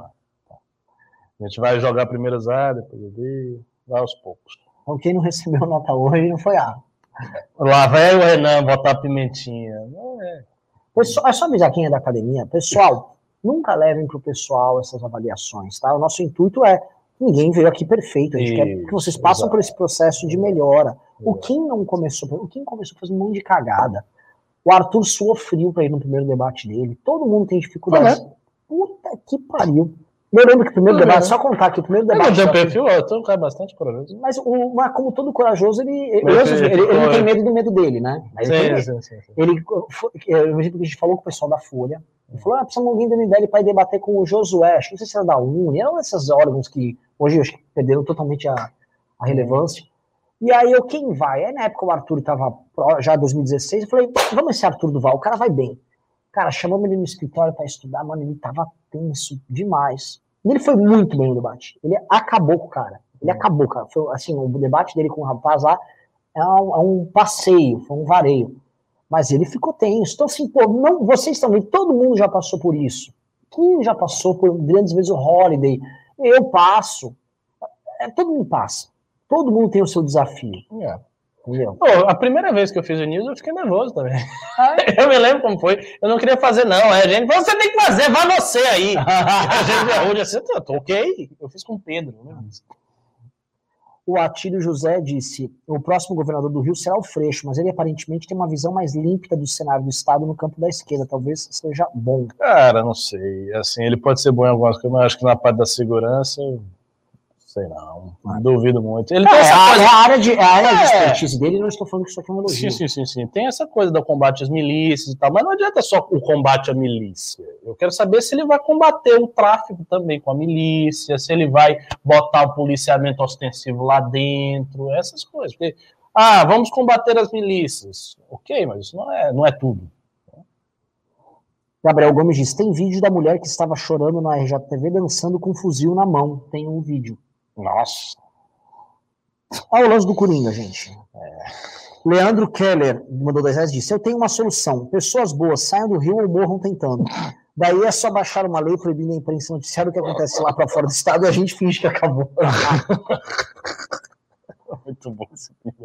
A gente vai jogar primeiro as A, depois o B, vai aos poucos. Então quem não recebeu nota hoje não foi A. Lá vai o Renan botar pimentinha. Não é. Pessoal, é só avisar quem é da academia. Pessoal, nunca levem pro pessoal essas avaliações, tá? O nosso intuito é, ninguém veio aqui perfeito. A gente Isso, quer que vocês passem exato. por esse processo de melhora. O Kim não começou, o Kim começou fazendo um monte de cagada. O Arthur suou frio pra ir no primeiro debate dele. Todo mundo tem dificuldade. Uhum. Puta que pariu. Eu lembro que o primeiro uhum. debate, só contar aqui, o primeiro debate... Eu não tenho perfil, eu tô um cara bastante corajoso. Mas, o, mas como todo corajoso, ele, ele, ele, ele, ele não tem medo do medo dele, né? Aí sim, ele, sim, sim, sim. ele, eu vejo que a gente falou com o pessoal da Folha, ele falou, ah, precisamos alguém do M B L para ir debater com o Josué, acho que não sei se era da Uni, eram esses órgãos que hoje eu acho que perderam totalmente a, a relevância. E aí eu, quem vai? Aí na época o Arthur estava já em dois mil e dezesseis, eu falei, vamos esse Arthur Duval, o cara vai bem. Cara, chamamos ele no escritório para estudar, mano, ele tava tenso demais. E ele foi muito bem no debate. Ele acabou com o cara. Ele acabou, cara. Foi, assim, o debate dele com o rapaz lá é um, é um passeio, foi um vareio. Mas ele ficou tenso. Então, assim, pô, não, vocês também, todo mundo já passou por isso. Quem já passou por grandes vezes o Holiday? Eu passo. É, todo mundo passa. Todo mundo tem o seu desafio. É. Pô, a primeira vez que eu fiz o news, eu fiquei nervoso também. Eu me lembro como foi. Eu não queria fazer, não. A gente falou, você tem que fazer, vai você aí. A gente hoje assim, tô ok. Eu fiz com o Pedro. Né? O Atílio José disse, o próximo governador do Rio será o Freixo, mas ele aparentemente tem uma visão mais límpida do cenário do Estado no campo da esquerda. Talvez seja bom. Cara, não sei. Assim, ele pode ser bom em algumas coisas, mas acho que na parte da segurança... Sei não, ah. duvido muito. Ele não, tem essa a, coisa... a área de, a área é. de expertise dele, não estou falando que isso aqui é um elogio. Sim, sim, sim, sim. Tem essa coisa do combate às milícias e tal, mas não adianta só o combate à milícia. Eu quero saber se ele vai combater o tráfico também com a milícia, se ele vai botar o policiamento ostensivo lá dentro, essas coisas. Porque, ah, vamos combater as milícias. Ok, mas isso não é, não é tudo. Gabriel Gomes diz, tem vídeo da mulher que estava chorando na R J T V dançando com um fuzil na mão. Tem um vídeo. Nossa. Olha o lance do Coringa, gente. É. Leandro Keller mandou dois reais, disse, eu tenho uma solução. Pessoas boas saiam do Rio ou morram tentando. Daí é só baixar uma lei proibindo a imprensa noticiar o que acontece lá para fora do estado e a gente finge que acabou. Muito bom esse vídeo.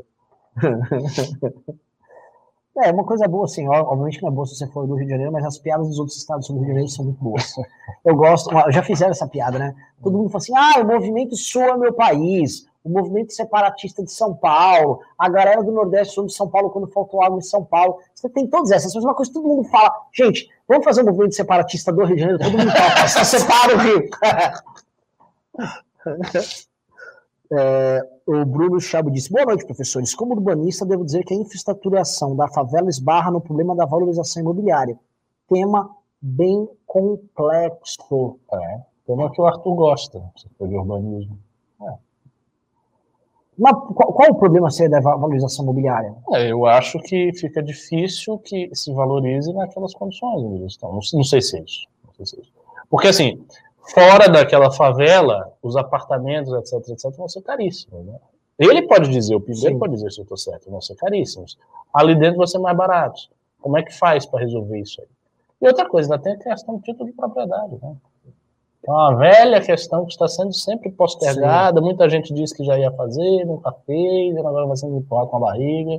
É, uma coisa boa, assim, obviamente que não é boa se você for do Rio de Janeiro, mas as piadas dos outros estados sobre o Rio de Janeiro são muito boas. Eu gosto, já fizeram essa piada, né? Todo mundo fala assim, ah, o movimento Sul é meu país, o movimento separatista de São Paulo, a galera do Nordeste sul de São Paulo quando faltou água em São Paulo. Você tem todas essas, mas uma coisa que todo mundo fala, gente, vamos fazer um movimento separatista do Rio de Janeiro, todo mundo fala, só separa o Rio. É, o Bruno Chabo disse, boa noite, professores. Como urbanista, devo dizer que a infraestruturação da favela esbarra no problema da valorização imobiliária. Tema bem complexo. É, tema que o Arthur gosta, você foi de urbanismo. É. Mas qual, qual o problema seria da valorização imobiliária? É, eu acho que fica difícil que se valorize naquelas condições onde eles estão. Não, não sei se é isso. Não sei se é isso. Porque assim... Fora daquela favela, os apartamentos, etc, etc, vão ser caríssimos. Né? Ele pode dizer, o primeiro pode dizer se eu estou certo, vão ser caríssimos. Ali dentro vão ser mais baratos. Como é que faz para resolver isso aí? E outra coisa, ainda tem a questão do título de propriedade. Né? É uma velha questão que está sendo sempre postergada. Sim. Muita gente disse que já ia fazer, nunca fez, agora vai sendo empurrado com a barriga.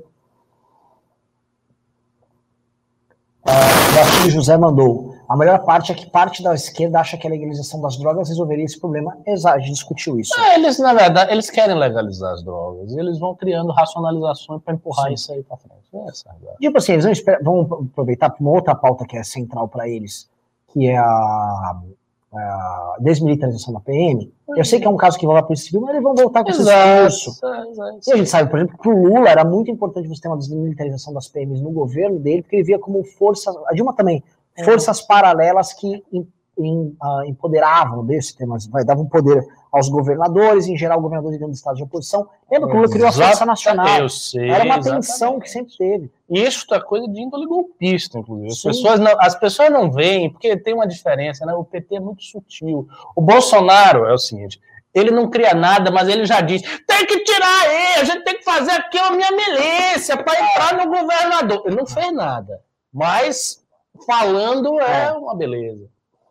O Vasco José mandou. A melhor parte é que parte da esquerda acha que a legalização das drogas resolveria esse problema. Exato, a gente discutiu isso. É, eles, na verdade, eles querem legalizar as drogas. E eles vão criando racionalizações para empurrar Sim. isso aí para frente. Essa, tipo assim, eles vão, esperar, vão aproveitar para uma outra pauta que é central para eles, que é a, a desmilitarização da P M. Eu sei que é um caso que envolve a Polícia Civil, mas eles vão voltar com esse discurso. E a gente sabe, por exemplo, que o Lula era muito importante você ter uma desmilitarização das P Ms no governo dele, porque ele via como força, a Dilma também, forças paralelas que em, em, uh, empoderavam desse tema, vai, davam poder aos governadores, em geral, governadores dentro do estado de oposição. Lembra que o Lula criou a Força Nacional? Eu sei, Era uma exatamente. tensão que sempre teve. E isso é coisa de índole golpista, inclusive. As pessoas, não, as pessoas não veem, porque tem uma diferença, né? O P T é muito sutil. O Bolsonaro é o seguinte, ele não cria nada, mas ele já diz, tem que tirar aí, a gente tem que fazer aqui a minha milícia para entrar no governador. Ele não fez nada. Mas falando é, É. uma beleza.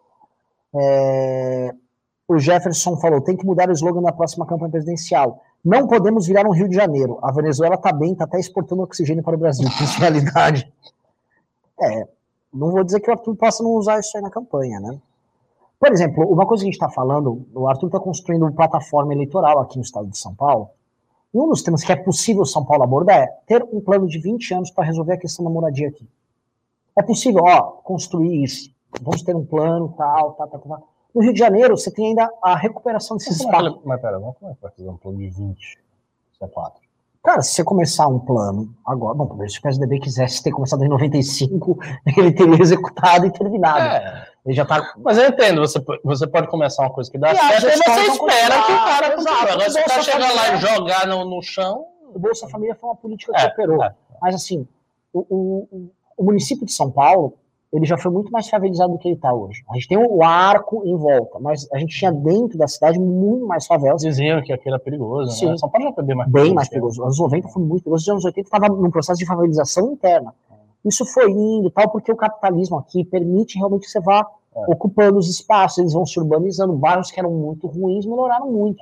É, o Jefferson falou, tem que mudar o slogan da próxima campanha presidencial. Não podemos virar um Rio de Janeiro. A Venezuela está bem, está até exportando oxigênio para o Brasil. Personalidade. É, não vou dizer que o Arthur possa não usar isso aí na campanha, né? Por exemplo, uma coisa que a gente está falando, o Arthur está construindo uma plataforma eleitoral aqui no estado de São Paulo, e um dos temas que é possível São Paulo abordar é ter um plano de vinte anos para resolver a questão da moradia aqui. É possível, ó, construir isso. Vamos ter um plano, tal, tal, tal, tal. No Rio de Janeiro, você tem ainda a recuperação desses espaços. Mas pera, como é que vai fazer um plano de vinte? Isso é quatro. Cara, se você começar um plano agora, bom, se o P S D B quisesse ter começado em noventa e cinco, ele teria executado e terminado. É. Ele já tá... Mas eu entendo, você, você pode começar uma coisa que dá E certo, as e você pessoas vão espera que o cara continuar. continue. Agora, se o cara Bolsa chegar lá e Família- jogar no, no chão... O Bolsa Família foi uma política que É, operou. é. Mas assim, o, o, o município de São Paulo, ele já foi muito mais favelizado do que ele está hoje. A gente tem o arco em volta, mas a gente tinha dentro da cidade muito mais favelas. Diziam que aquilo era perigoso, Sim. né? São Paulo já foi bem mais Bem perigoso. mais perigoso. Os anos noventa foi muito perigoso. Os anos oitenta estava num processo de favelização interna. Isso foi indo, tal, porque o capitalismo aqui permite realmente que você vá É. ocupando os espaços, eles vão se urbanizando, bairros que eram muito ruins melhoraram muito.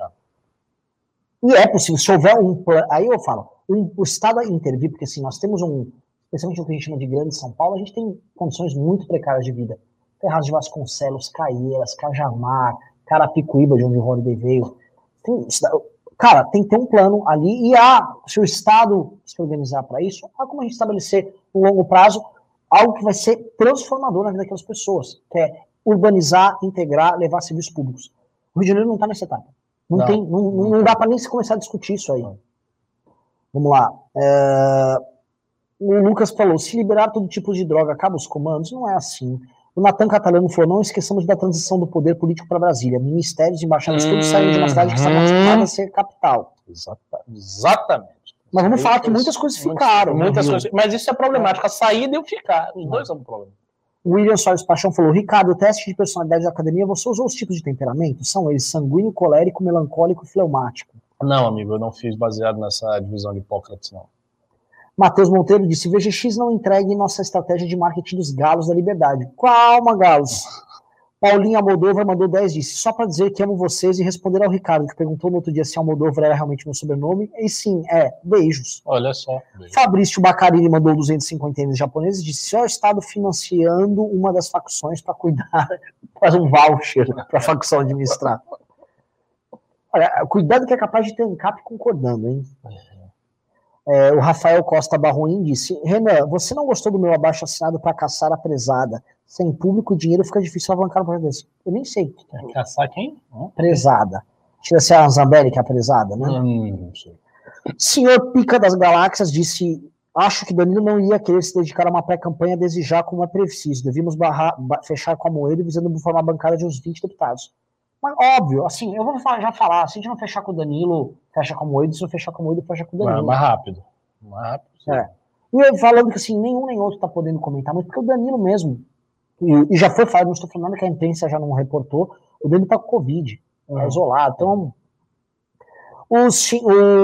E é possível, se houver um plano, aí eu falo, o, o Estado a intervir, porque assim, nós temos um, especialmente o que a gente chama de Grande São Paulo, a gente tem condições muito precárias de vida. Ferraz de Vasconcelos, Caieiras, Cajamar, Carapicuíba, de onde o Holiday veio. Tem, cara, tem que ter um plano ali, e há, se o Estado se organizar para isso, há como a gente estabelecer no longo prazo algo que vai ser transformador na vida daquelas pessoas, que é urbanizar, integrar, levar serviços públicos. O Rio de Janeiro não está nessa etapa. Não, Não. tem, não, não, não dá para nem se começar a discutir isso aí. Vamos lá. É... O Lucas falou, se liberar todo tipo de droga, acaba os comandos? Não é assim. O Natan Catalano falou, não esqueçamos da transição do poder político para Brasília. Ministérios, embaixadas, todos saíram de uma cidade que estava acostumada a ser capital. Exata- Exatamente. Mas vamos Aí falar que foi- muitas coisas ficaram. Muitas no Rio. coisas, mas isso é problemático. A saída e o ficar. Os dois são um problema. O William Soares Paixão falou, Ricardo, o teste de personalidade da academia, você usou os tipos de temperamento? São eles sanguíneo, colérico, melancólico e fleumático. Não, amigo, eu não fiz baseado nessa divisão de Hipócrates, não. Matheus Monteiro disse, V G X não entregue nossa estratégia de marketing dos galos da liberdade. Calma, galos. Paulinho Almodóvar mandou dez, disse, só para dizer que amo vocês e responder ao Ricardo, que perguntou no outro dia se Almodóvar era realmente meu sobrenome. E sim, é, beijos. Olha só. Beijo. Fabrício Bacarini mandou duzentos e cinquenta ienes japoneses e disse, só o Estado financiando uma das facções para cuidar, faz um voucher para a facção administrar. Olha, cuidado que é capaz de ter um cap concordando, hein? É, o Rafael Costa Barroim disse, Renan, você não gostou do meu abaixo assinado para caçar a prezada? Sem público, o dinheiro fica difícil alavancar o projeto desse. Eu nem sei. Quer caçar quem? Hum, Prezada. Tira se a Zambelli que é a prezada, né? Hum, não sei. Senhor Pica das Galáxias disse, acho que Danilo não ia querer se dedicar a uma pré-campanha desde já como é preciso. Devíamos barrar, ba- fechar com a Moedo visando formar a bancada de uns vinte deputados. Mas óbvio, assim, eu vou fa- já falar, se a gente não fechar com o Danilo, fecha com a Moedo, se não fechar com a Moedo, fecha com o Mas Danilo. mais rápido. Mais rápido. sim. É. E eu falando que assim, nenhum nem outro tá podendo comentar, mas porque o Danilo mesmo, e, e já foi falado, não estou falando que a imprensa já não reportou, o Danilo tá com Covid, Uhum. é isolado, então... O, chi-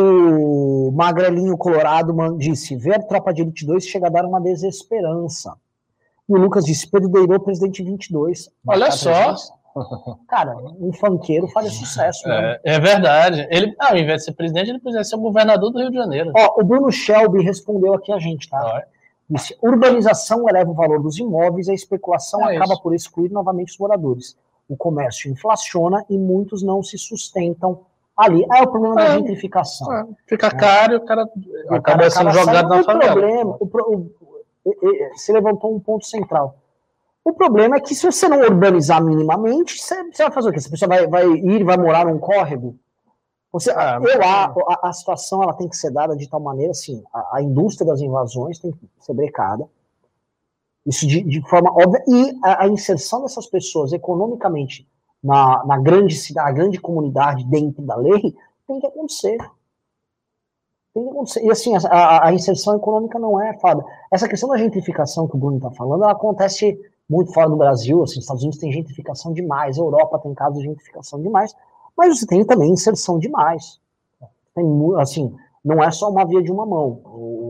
o Magrelinho Colorado man- disse, ver Tropa de Elite dois chega a dar uma desesperança. E o Lucas disse, Pedro Deirô, presidente vinte e dois. Olha Marcar só. presença. Cara, um funkeiro faria sucesso, né? É, é verdade. Ele, ah, ao invés de ser presidente, ele podia ser o governador do Rio de Janeiro. Ó, o Bruno Shelby respondeu aqui a gente, tá? Olha. Disse, urbanização eleva o valor dos imóveis e a especulação É acaba isso. por excluir novamente os moradores. O comércio inflaciona e muitos não se sustentam ali. Ah, é o problema da É. gentrificação. Ah, Fica caro e o cara O acaba cara sendo acaba jogado saindo. na O favela. problema, o, pro- o, e- e- você levantou um ponto central. O problema é que se você não urbanizar minimamente, você, você vai fazer o quê? Essa pessoa vai, vai ir, vai morar num córrego? Você, Ah, eu, a, a, a situação ela tem que ser dada de tal maneira, assim, a, a indústria das invasões tem que ser brecada, isso de, de forma óbvia, e a, a inserção dessas pessoas economicamente na, na grande cidade, na grande comunidade dentro da lei, tem que acontecer. Tem que acontecer. E assim, a, a, a inserção econômica não é falada. Essa questão da gentrificação que o Bruno está falando, ela acontece muito fora do Brasil, assim, os Estados Unidos tem gentrificação demais, a Europa tem casos de gentrificação demais, mas você tem também inserção demais. Tem, mu- assim, não é só uma via de uma mão. O,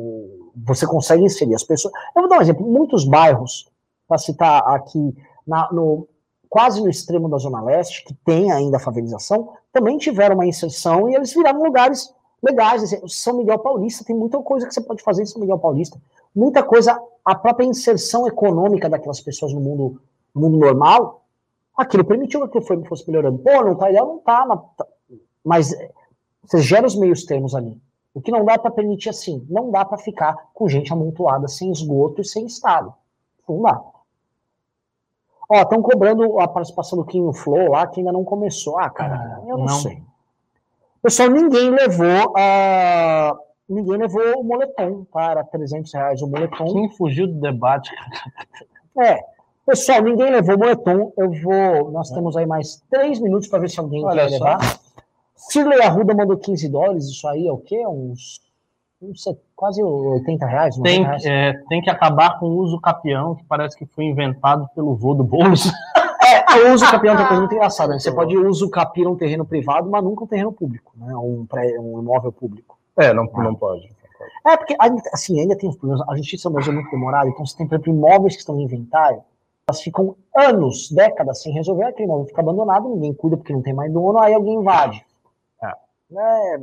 você consegue inserir as pessoas. Eu vou dar um exemplo. Muitos bairros, para citar aqui, na, no, quase no extremo da Zona Leste, que tem ainda a favelização, também tiveram uma inserção e eles viraram lugares legais. São Miguel Paulista, tem muita coisa que você pode fazer em São Miguel Paulista. Muita coisa, a própria inserção econômica daquelas pessoas no mundo, no mundo normal, aquilo permitiu que aquilo fosse melhorando. Pô, não tá ideal, não tá, mas você gera os meios termos ali. O que não dá para permitir assim, não dá para ficar com gente amontoada sem esgoto e sem estado. Não dá. Ó, estão cobrando a participação do Kim no Flow lá, que ainda não começou. Ah, cara, eu não, não. sei. Pessoal, ninguém levou a... ninguém levou o moletom para trezentos reais o moletom. Quem fugiu do debate? É. Pessoal, ninguém levou o moletom. Eu vou... Nós temos aí mais três minutos para ver se alguém Olha quer só. levar. Cirlei Arruda mandou quinze dólares, isso aí é o quê? Uns, uns quase oitenta reais? Tem, reais. É, tem que acabar com o uso capião, que parece que foi inventado pelo vô do Boulos. É, o uso capião é uma coisa muito engraçada, né? Você pode uso capir um terreno privado, mas nunca um terreno público, né? Um, pré, um imóvel público. É, não, não pode. É, porque assim, ainda tem os problemas, a justiça no Brasil é muito demorada, então você tem, por exemplo, imóveis que estão em inventário, elas ficam anos, décadas sem resolver, aquele imóvel fica abandonado, ninguém cuida porque não tem mais dono, aí alguém invade. É.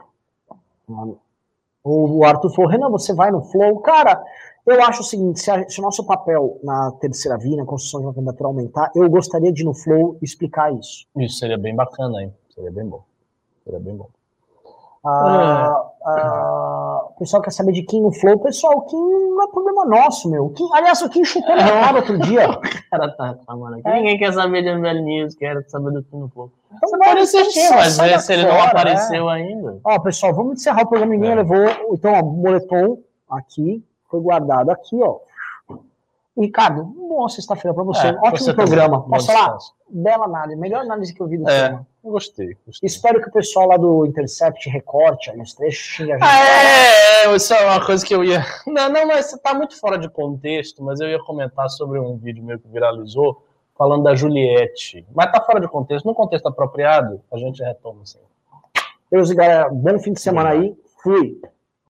O Arthur falou, Renan, você vai no Flow? Cara, eu acho o seguinte, se, a, se o nosso papel na terceira via, na construção de uma candidatura aumentar, eu gostaria de ir no Flow explicar isso. Isso seria bem bacana, hein? Seria bem bom. Seria bem bom. Ah, é. ah, o pessoal quer saber de Kim no Flow. Pessoal, o Kim não é problema nosso, meu. Kim, aliás, o Kim chutou na cara outro dia. O cara tá falando aqui. É. Ninguém quer saber de Velho News, quer saber do Kim no Flow. Então, você pode assistir, mas é, se ele fora, não apareceu é. ainda. Ó, pessoal, vamos encerrar o programa. Ninguém é. levou. Então, ó, o moletom aqui foi guardado aqui, ó. Ricardo, boa sexta-feira pra você. É, Ótimo você programa. Tá Posso falar? Bela análise. Melhor análise que eu vi do é, programa. Eu gostei, gostei. Espero que o pessoal lá do Intercept recorte aí os trechos. Xinga a gente. Ah, é, isso é uma coisa que eu ia... Não, não, mas tá muito fora de contexto, mas eu ia comentar sobre um vídeo meu que viralizou, falando da Juliette. Mas tá fora de contexto. No contexto apropriado, a gente retoma assim. Deus, galera. Bom fim de semana aí. Fui.